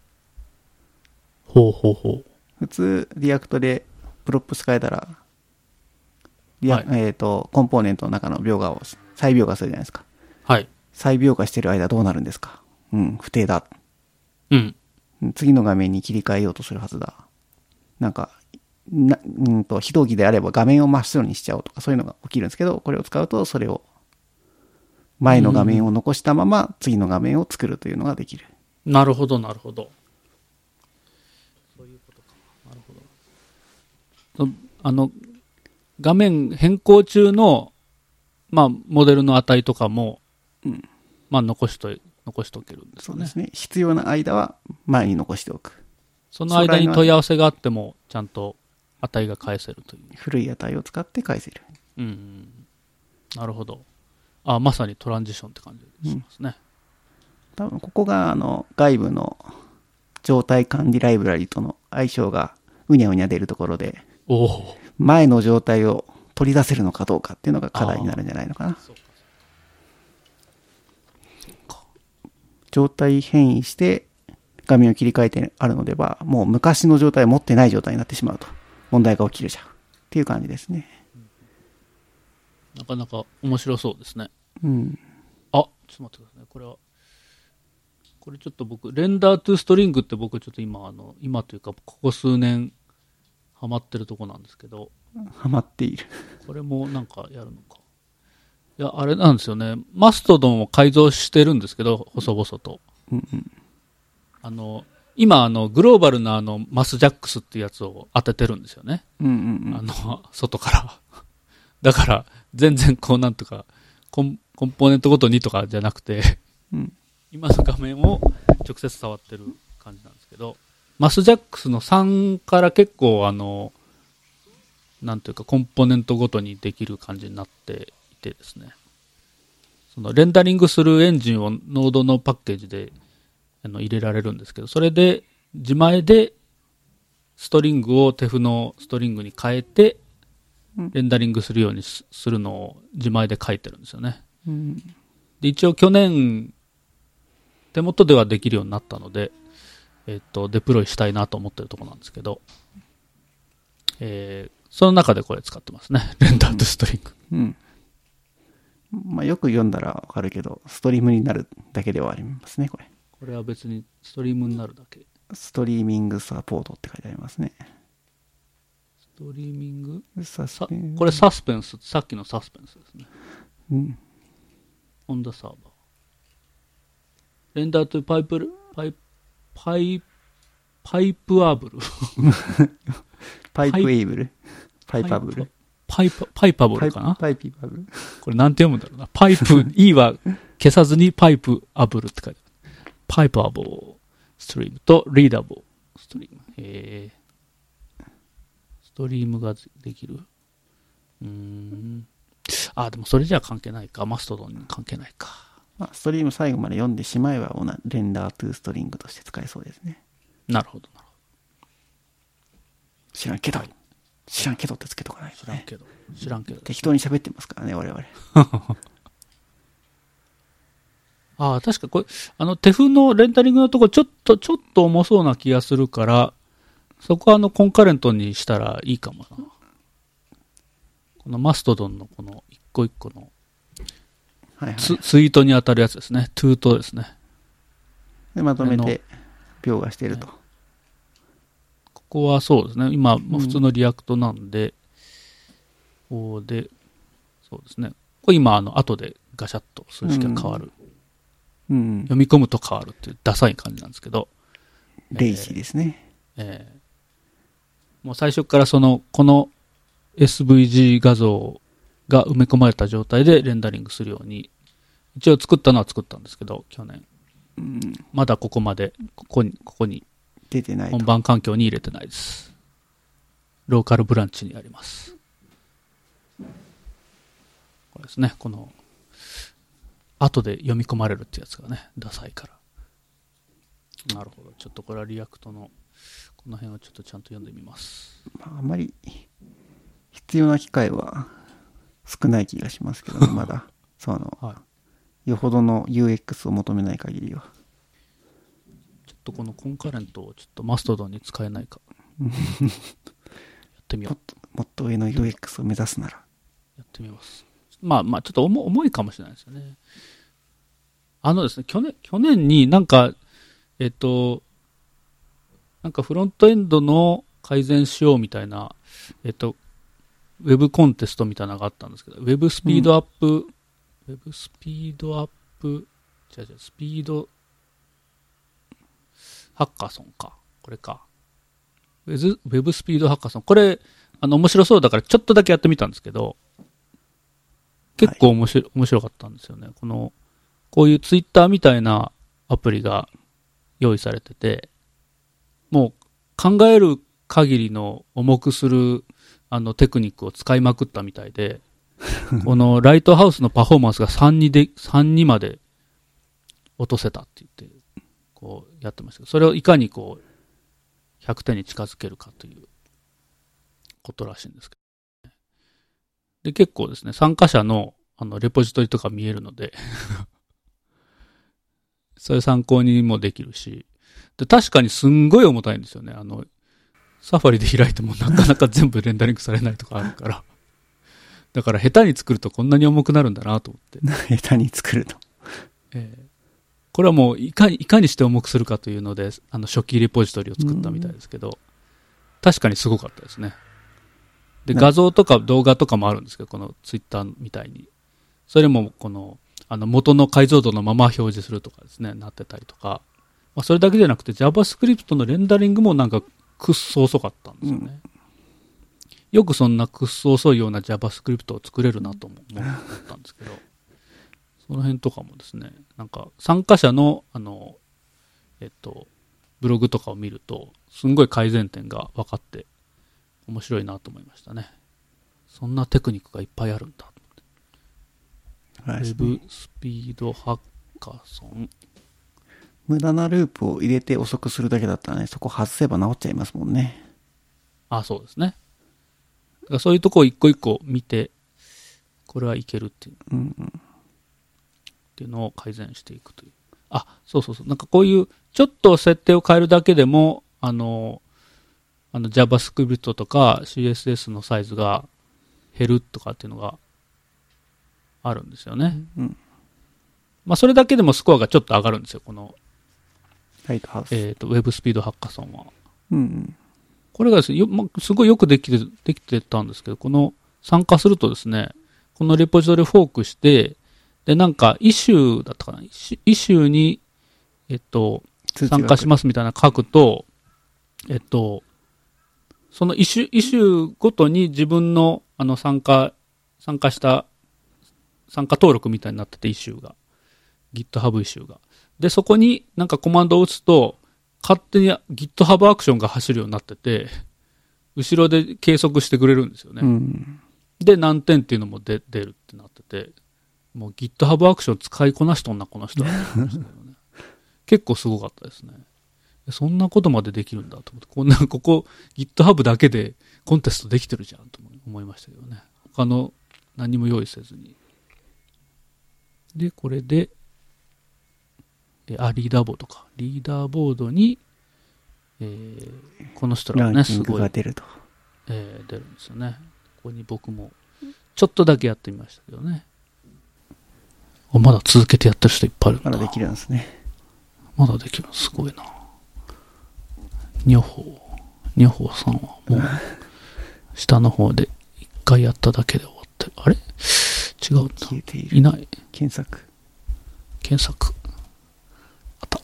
普通リアクトでプロップス変えたら、コンポーネントの中の描画を再描画するじゃないですか。 はい。 再描画してる間どうなるんですか？不定だ。次の画面に切り替えようとするはずだ。なんか、非同期であれば画面を真っ白にしちゃおうとかそういうのが起きるんですけど、これを使うとそれを前の画面を残したまま次の画面を作るというのができる。 なるほど。そういうことか。なるほど。 画面変更中の、まあ、モデルの値とかも、まあ、残しとけるんですよね。 そうですね。必要な間は前に残しておく。 その間に問い合わせがあっても、ちゃんと値が返せるという。 古い値を使って返せる。 なるほど。あ、まさにトランジションって感じしますね。 多分ここが外部の状態管理ライブラリとの相性がうにゃうにゃ出るところで、前の状態を取り出せるのかどうかっていうのが課題になるんじゃないのかな。状態変異して画面を切り替えてあるのでは、もう昔の状態を持ってない状態になってしまうと問題が起きるじゃんっていう感じですね。 なかなか面白そうですね。あ、ちょっと待ってくださいね。これちょっと僕、レンダートゥーストリングって僕ちょっと今というか、ここ数年ハマってるとこなんですけど。 ハマっている。これもなんかやるのか。いや、あれなんですよね。マストドンを改造してるんですけど、細々と。今、グローバルなマスジャックスっていうやつを当ててるんですよね。外から。だから、全然こうなんとか、コンポーネントごとにとかじゃなくて、今の画面を直接触ってる感じなんですけど、マスジャックスの3から結構なんというかコンポーネントごとにできる感じになっていてですね、そのレンダリングするエンジンをノードのパッケージで入れられるんですけど、それで自前でストリングをテフのストリングに変えてレンダリングするようにするのを自前で書いてるんですよね。で一応去年手元ではできるようになったので、デプロイしたいなと思ってるところなんですけど、その中でこれ使ってますね。レンダートゥストリング。 まあ、よく読んだらわかるけど、ストリームになるだけではありますね、これ。 これは別にストリームになるだけ。 ストリーミングサポートって書いてありますね。 ストリーミングこれサスペンス、さっきのサスペンスですね。オンダサーバー。レンダートゥパイプアブル。 パイプエイブルパイパブルパイパブルかな。 パイピパブルこれなんて読むんだろうな。パイプ、E は消さずにパイプアブルって書いてある。パイプアブルストリームとリーダブルストリーム。ストリームができる。でもそれじゃ関係ないか。マストドンに関係ないか。 まあ、ストリーム最後まで読んでしまえばレンダートゥーストリングとして使えそうですね。 なるほど。 知らんけどってつけとかないとね。 知らんけど。 適当に喋ってますからね、我々。 確かこれ、テフのレンダリングのところちょっと重そうな気がするから、そこはコンカレントにしたらいいかもな。このマストドンのこの一個一個のツイートに当たるやつですね。トゥートですね。 で、まとめて描画していると。 ここはそうですね。今、普通のリアクトなんで、そうですね。これ今、後でガシャッと数式が変わる。読み込むと変わるっていうダサい感じなんですけど。 レイジーですね。 もう最初からこの SVG 画像が埋め込まれた状態でレンダリングするように、一応作ったのは作ったんですけど、去年。まだここまで、ここに出てない。 本番環境に入れてないです。ローカルブランチにあります。これですね、この、後で読み込まれるってやつがね、ダサいから。なるほど。ちょっとこれはリアクトの、この辺はちょっとちゃんと読んでみます。 あんまり、必要な機会は少ない気がしますけどね、まだ。よほどの UX を求めない限りは。 ちょっとこのコンカレントをちょっとマストドンに使えないか。やってみよう。 もっと上の UX を目指すなら。 やってみます。まあちょっと重いかもしれないですよね。ですね、去年になんかフロントエンドの改善しようみたいな、ウェブコンテストみたいなのがあったんですけど、ウェブスピードアップ、スピードハッカソンか。これか。ウェブスピードハッカソン。これ、 面白そうだからちょっとだけやってみたんですけど、結構面白かったんですよね。こういうツイッターみたいなアプリが用意されてて、もう考える限りの重くするテクニックを使いまくったみたいで、このライトハウスのパフォーマンスが3にまで落とせたって言って、こうやってましたけど、それをいかにこう、100点に近づけるかということらしいんですけど、ね。で、結構ですね、参加者のレポジトリとか見えるので、それ参考にもできるし、で、確かにすんごい重たいんですよね。サファリで開いてもなかなか全部レンダリングされないとかあるから。だから下手に作るとこんなに重くなるんだなと思って。 下手に作ると。 これはもういかにして重くするかというので、初期レポジトリを作ったみたいですけど、確かにすごかったですね。で、画像とか動画とかもあるんですけど、このツイッターみたいに。それも元の解像度のまま表示するとかですね、なってたりとか。まあ、それだけじゃなくて JavaScript のレンダリングもなんかくっそ遅かったんですよね。よくそんなくっそ遅いような JavaScript を作れるなとも思ったんですけど、その辺とかもですね、なんか参加者のブログとかを見ると、すんごい改善点が分かって面白いなと思いましたね。そんなテクニックがいっぱいあるんだと思って。ウェブスピードハッカソン。 無駄なループを入れて遅くするだけだったらね、そこ外せば直っちゃいますもんね。 あ、そうですね。だからそういうとこを一個一個見て、これはいけるっていう、っていうのを改善していくという。あ、そう。なんかこういうちょっと設定を変えるだけでも、JavaScript とか CSS のサイズが減るとかっていうのがあるんですよね。まあそれだけでもスコアがちょっと上がるんですよ、このライトハウス。 ウェブスピードハッカソンは。これがですね、すごいよくできてたんですけど、この参加するとですね、このレポジトリをフォークして、で、なんかイシューだったかな、イシューに、参加しますみたいな書くと、そのイシューごとに自分の参加登録みたいになってて、イシューが。GitHub イシューが。で、そこになんかコマンドを打つと、勝手に GitHub アクションが走るようになってて、後ろで計測してくれるんですよね。で、何点っていうのも出るってなってて、もう GitHub アクション使いこなしとんな、この人は、ね。結構すごかったですね。そんなことまでできるんだと思って、ここ GitHub だけでコンテストできてるじゃんと思いましたけどね。他の何も用意せずに。で、これで、リーダーボードか。リーダーボードに、この人らがね、すごい。 が出ると。 出るんですよね。ここに僕も、ちょっとだけやってみましたけどね。まだ続けてやってる人いっぱいいるんだ。 まだできるんですね。 まだできるのすごいな。女宝さんはもう、下の方で一回やっただけで終わってる。あれ違うな。 消えている。 いない。 検索。 あった。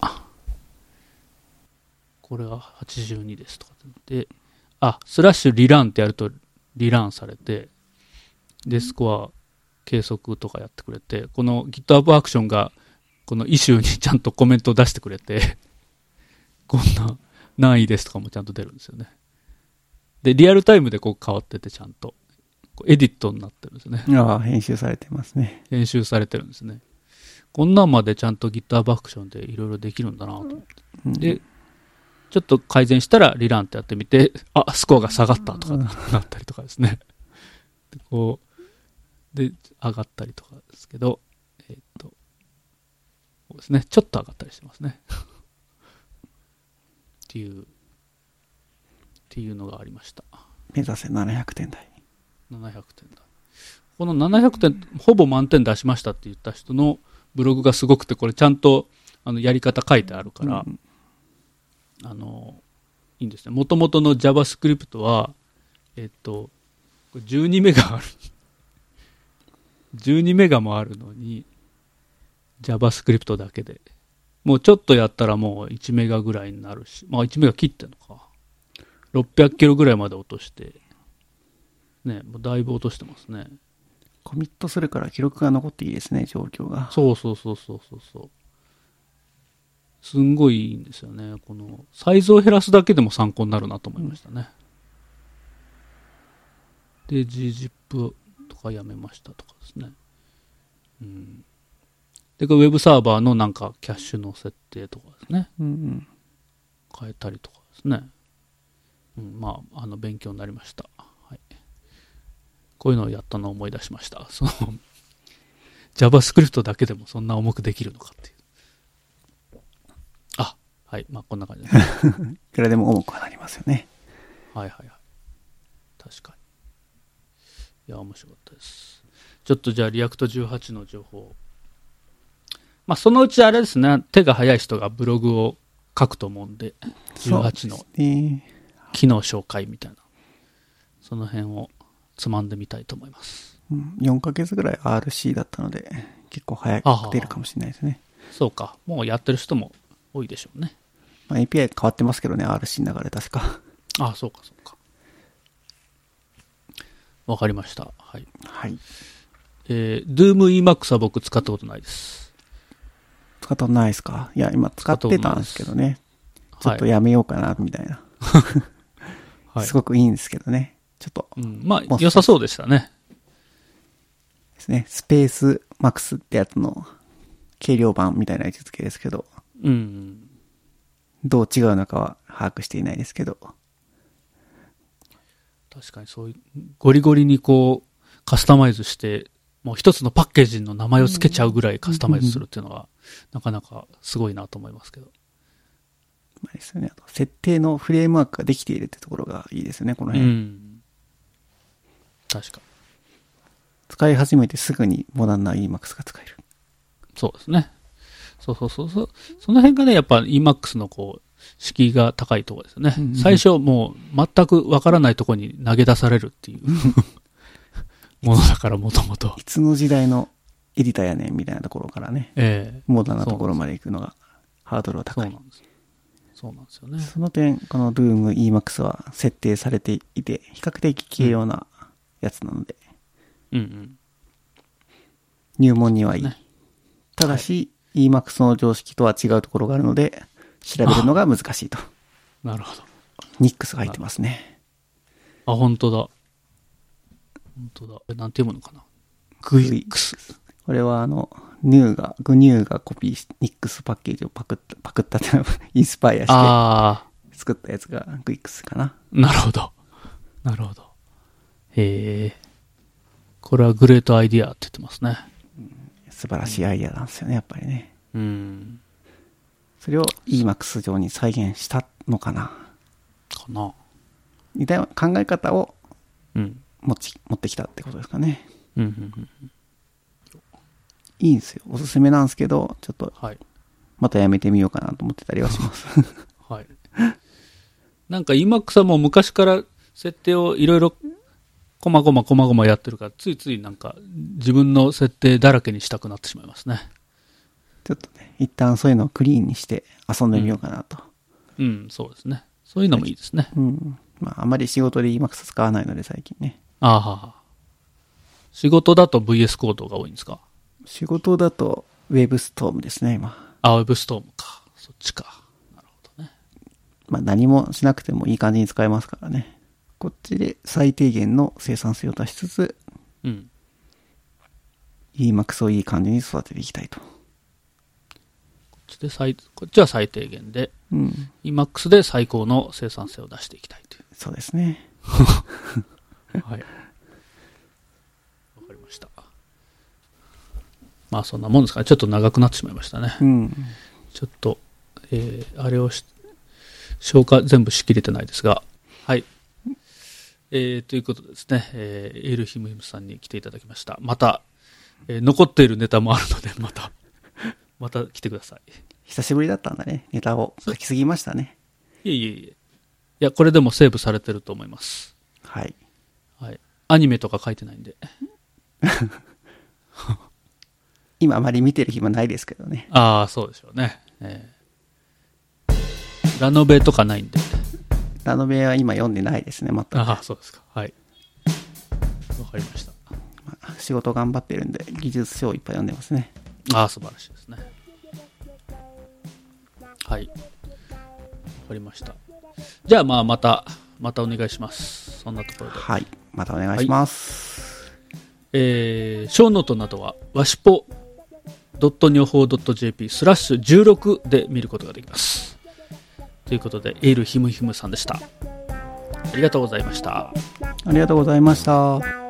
これは82ですとかで、スラッシュリランってやるとリランされて、で、スコア計測とかやってくれて、この GitHub アクションが、このイシューにちゃんとコメントを出してくれて、こんな何位ですとかもちゃんと出るんですよね。で、リアルタイムでこう変わっててちゃんと、エディットになってるんですよね。 編集されてますね。 編集されてるんですね。こんなんまでちゃんと GitHub アクションでいろいろできるんだなと思って。で、ちょっと改善したらリランってやってみて、スコアが下がったとかなったりとかですね。で、こう、で、上がったりとかですけど、そうですね。ちょっと上がったりしてますね。っていうのがありました。 目指せ700点台。 700点台。この700点、ほぼ満点出しましたって言った人のブログがすごくて、これちゃんとやり方書いてあるから、いいんですね。元々の JavaScript は、12メガある。12メガもあるのに、JavaScript だけで。もうちょっとやったらもう1メガぐらいになるし、1メガ切ってんのか。600キロぐらいまで落として、 ね、もうだいぶ落としてますね。 コミットするから記録が残っていいですね、状況が。 そう。すんごいいいんですよね。この、サイズを減らすだけでも参考になるなと思いましたね。で、gzip とかやめましたとかですね。うん。で、ウェブサーバーのなんかキャッシュの設定とかですね。変えたりとかですね。まあ、勉強になりました。はい。こういうのをやったのを思い出しました。JavaScript だけでもそんな重くできるのかっていう。はい。まあ、こんな感じです、ね。 いくらでも重くはなりますよね。 はい。確かに。いや、面白かったです。ちょっとじゃあ、リアクト18の情報。まあ、そのうちあれですね、手が早い人がブログを書くと思うんで、18の機能紹介みたいな、その辺をつまんでみたいと思います。 4ヶ月ぐらい RC だったので、結構早く出るかもしれないですね。 そうか。もうやってる人も多いでしょうね。 まあ、API 変わってますけどね、RC の中で確か。 そうか。わかりました。はい。 はい。 Doom Emacs は僕使ったことないです。 使ったことないですか？いや、今使ってたんですけどね。ちょっとやめようかな、みたいな。はい、すごくいいんですけどね。ちょっと。 まあ、良さそうでしたね。 ですね。スペースマックスってやつの軽量版みたいな位置づけですけど。どう違うのかは把握していないですけど。 確かにそういうゴリゴリにこうカスタマイズしてもう一つのパッケージの名前を付けちゃうぐらいカスタマイズするっていうのはなかなかすごいなと思いますけど。 まあですよね。あと設定のフレームワークができているってところがいいですよね、この辺。 確かに。 使い始めてすぐにモダンな Emacs が使える。 そうですね。そう。その辺がね、やっぱ Emacs のこう、敷居が高いところですよね。最初もう全くわからないところに投げ出されるっていうものだから、もともと。 いつの時代のエディターやねんみたいなところからね、モダンなところまで行くのがハードルは高い。 そうなんですよね。 その点、この Doom Emacs は設定されていて、比較的軽量なやつなので、入門にはいい。ただし、Emacs の常識とは違うところがあるので、調べるのが難しいと。 なるほど。 Nix が入ってますね。 本当だ。なんて読むのかな。 Nix。これはGNU がコピーし、Nix パッケージをパクったってインスパイアして作ったやつが Nix かな。 なるほど。これはグレートアイディアって言ってますね。 素晴らしいアイディアなんですよね、やっぱりね。それを Emacs 上に再現したのかな。みたいな考え方を持ってきたってことですかね。いいんですよ。おすすめなんですけど、ちょっとまたやめてみようかなと思ってたりはします。 なんか Emacs はもう昔から設定をいろいろこまごまやってるから、ついついなんか自分の設定だらけにしたくなってしまいますね。 ちょっとね、一旦そういうのをクリーンにして遊んでみようかなと。 そうですね。そういうのもいいですね。 まあ、あまり仕事で Emacs 使わないので最近ね。 仕事だと VS コードが多いんですか？ 仕事だと WebStorm ですね、今。 WebStorm か。そっちか。なるほどね。 まあ、何もしなくてもいい感じに使えますからね。こっちで最低限の生産性を出しつつ、Emacs をいい感じに育てていきたいと。 こっちは最低限で、Emacs で最高の生産性を出していきたいという。 そうですね。 わかりました。まあそんなもんですかね。ちょっと長くなってしまいましたね。ちょっと、あれを消化全部しきれてないですが、ということでですね、エールヒムヒムさんに来ていただきました。また、残っているネタもあるので、また来てください。 久しぶりだったんだね。ネタを書きすぎましたね。 いや、これでもセーブされてると思います。はい。アニメとか書いてないんで。 今あまり見てる暇ないですけどね。 そうでしょうね。ラノベとかないんで。 ラノベは今読んでないですね、全く。 そうですか。はい。 わかりました。 仕事頑張ってるんで、技術書をいっぱい読んでますね。 ああ、素晴らしいですね。はい。わかりました。じゃあ、またお願いします。そんなところで。 はい。またお願いします。 ショーノートなどは、わしぽ女報 .jp/16 で見ることができます。ということで、エールひむひむさんでした。ありがとうございました。 ありがとうございました。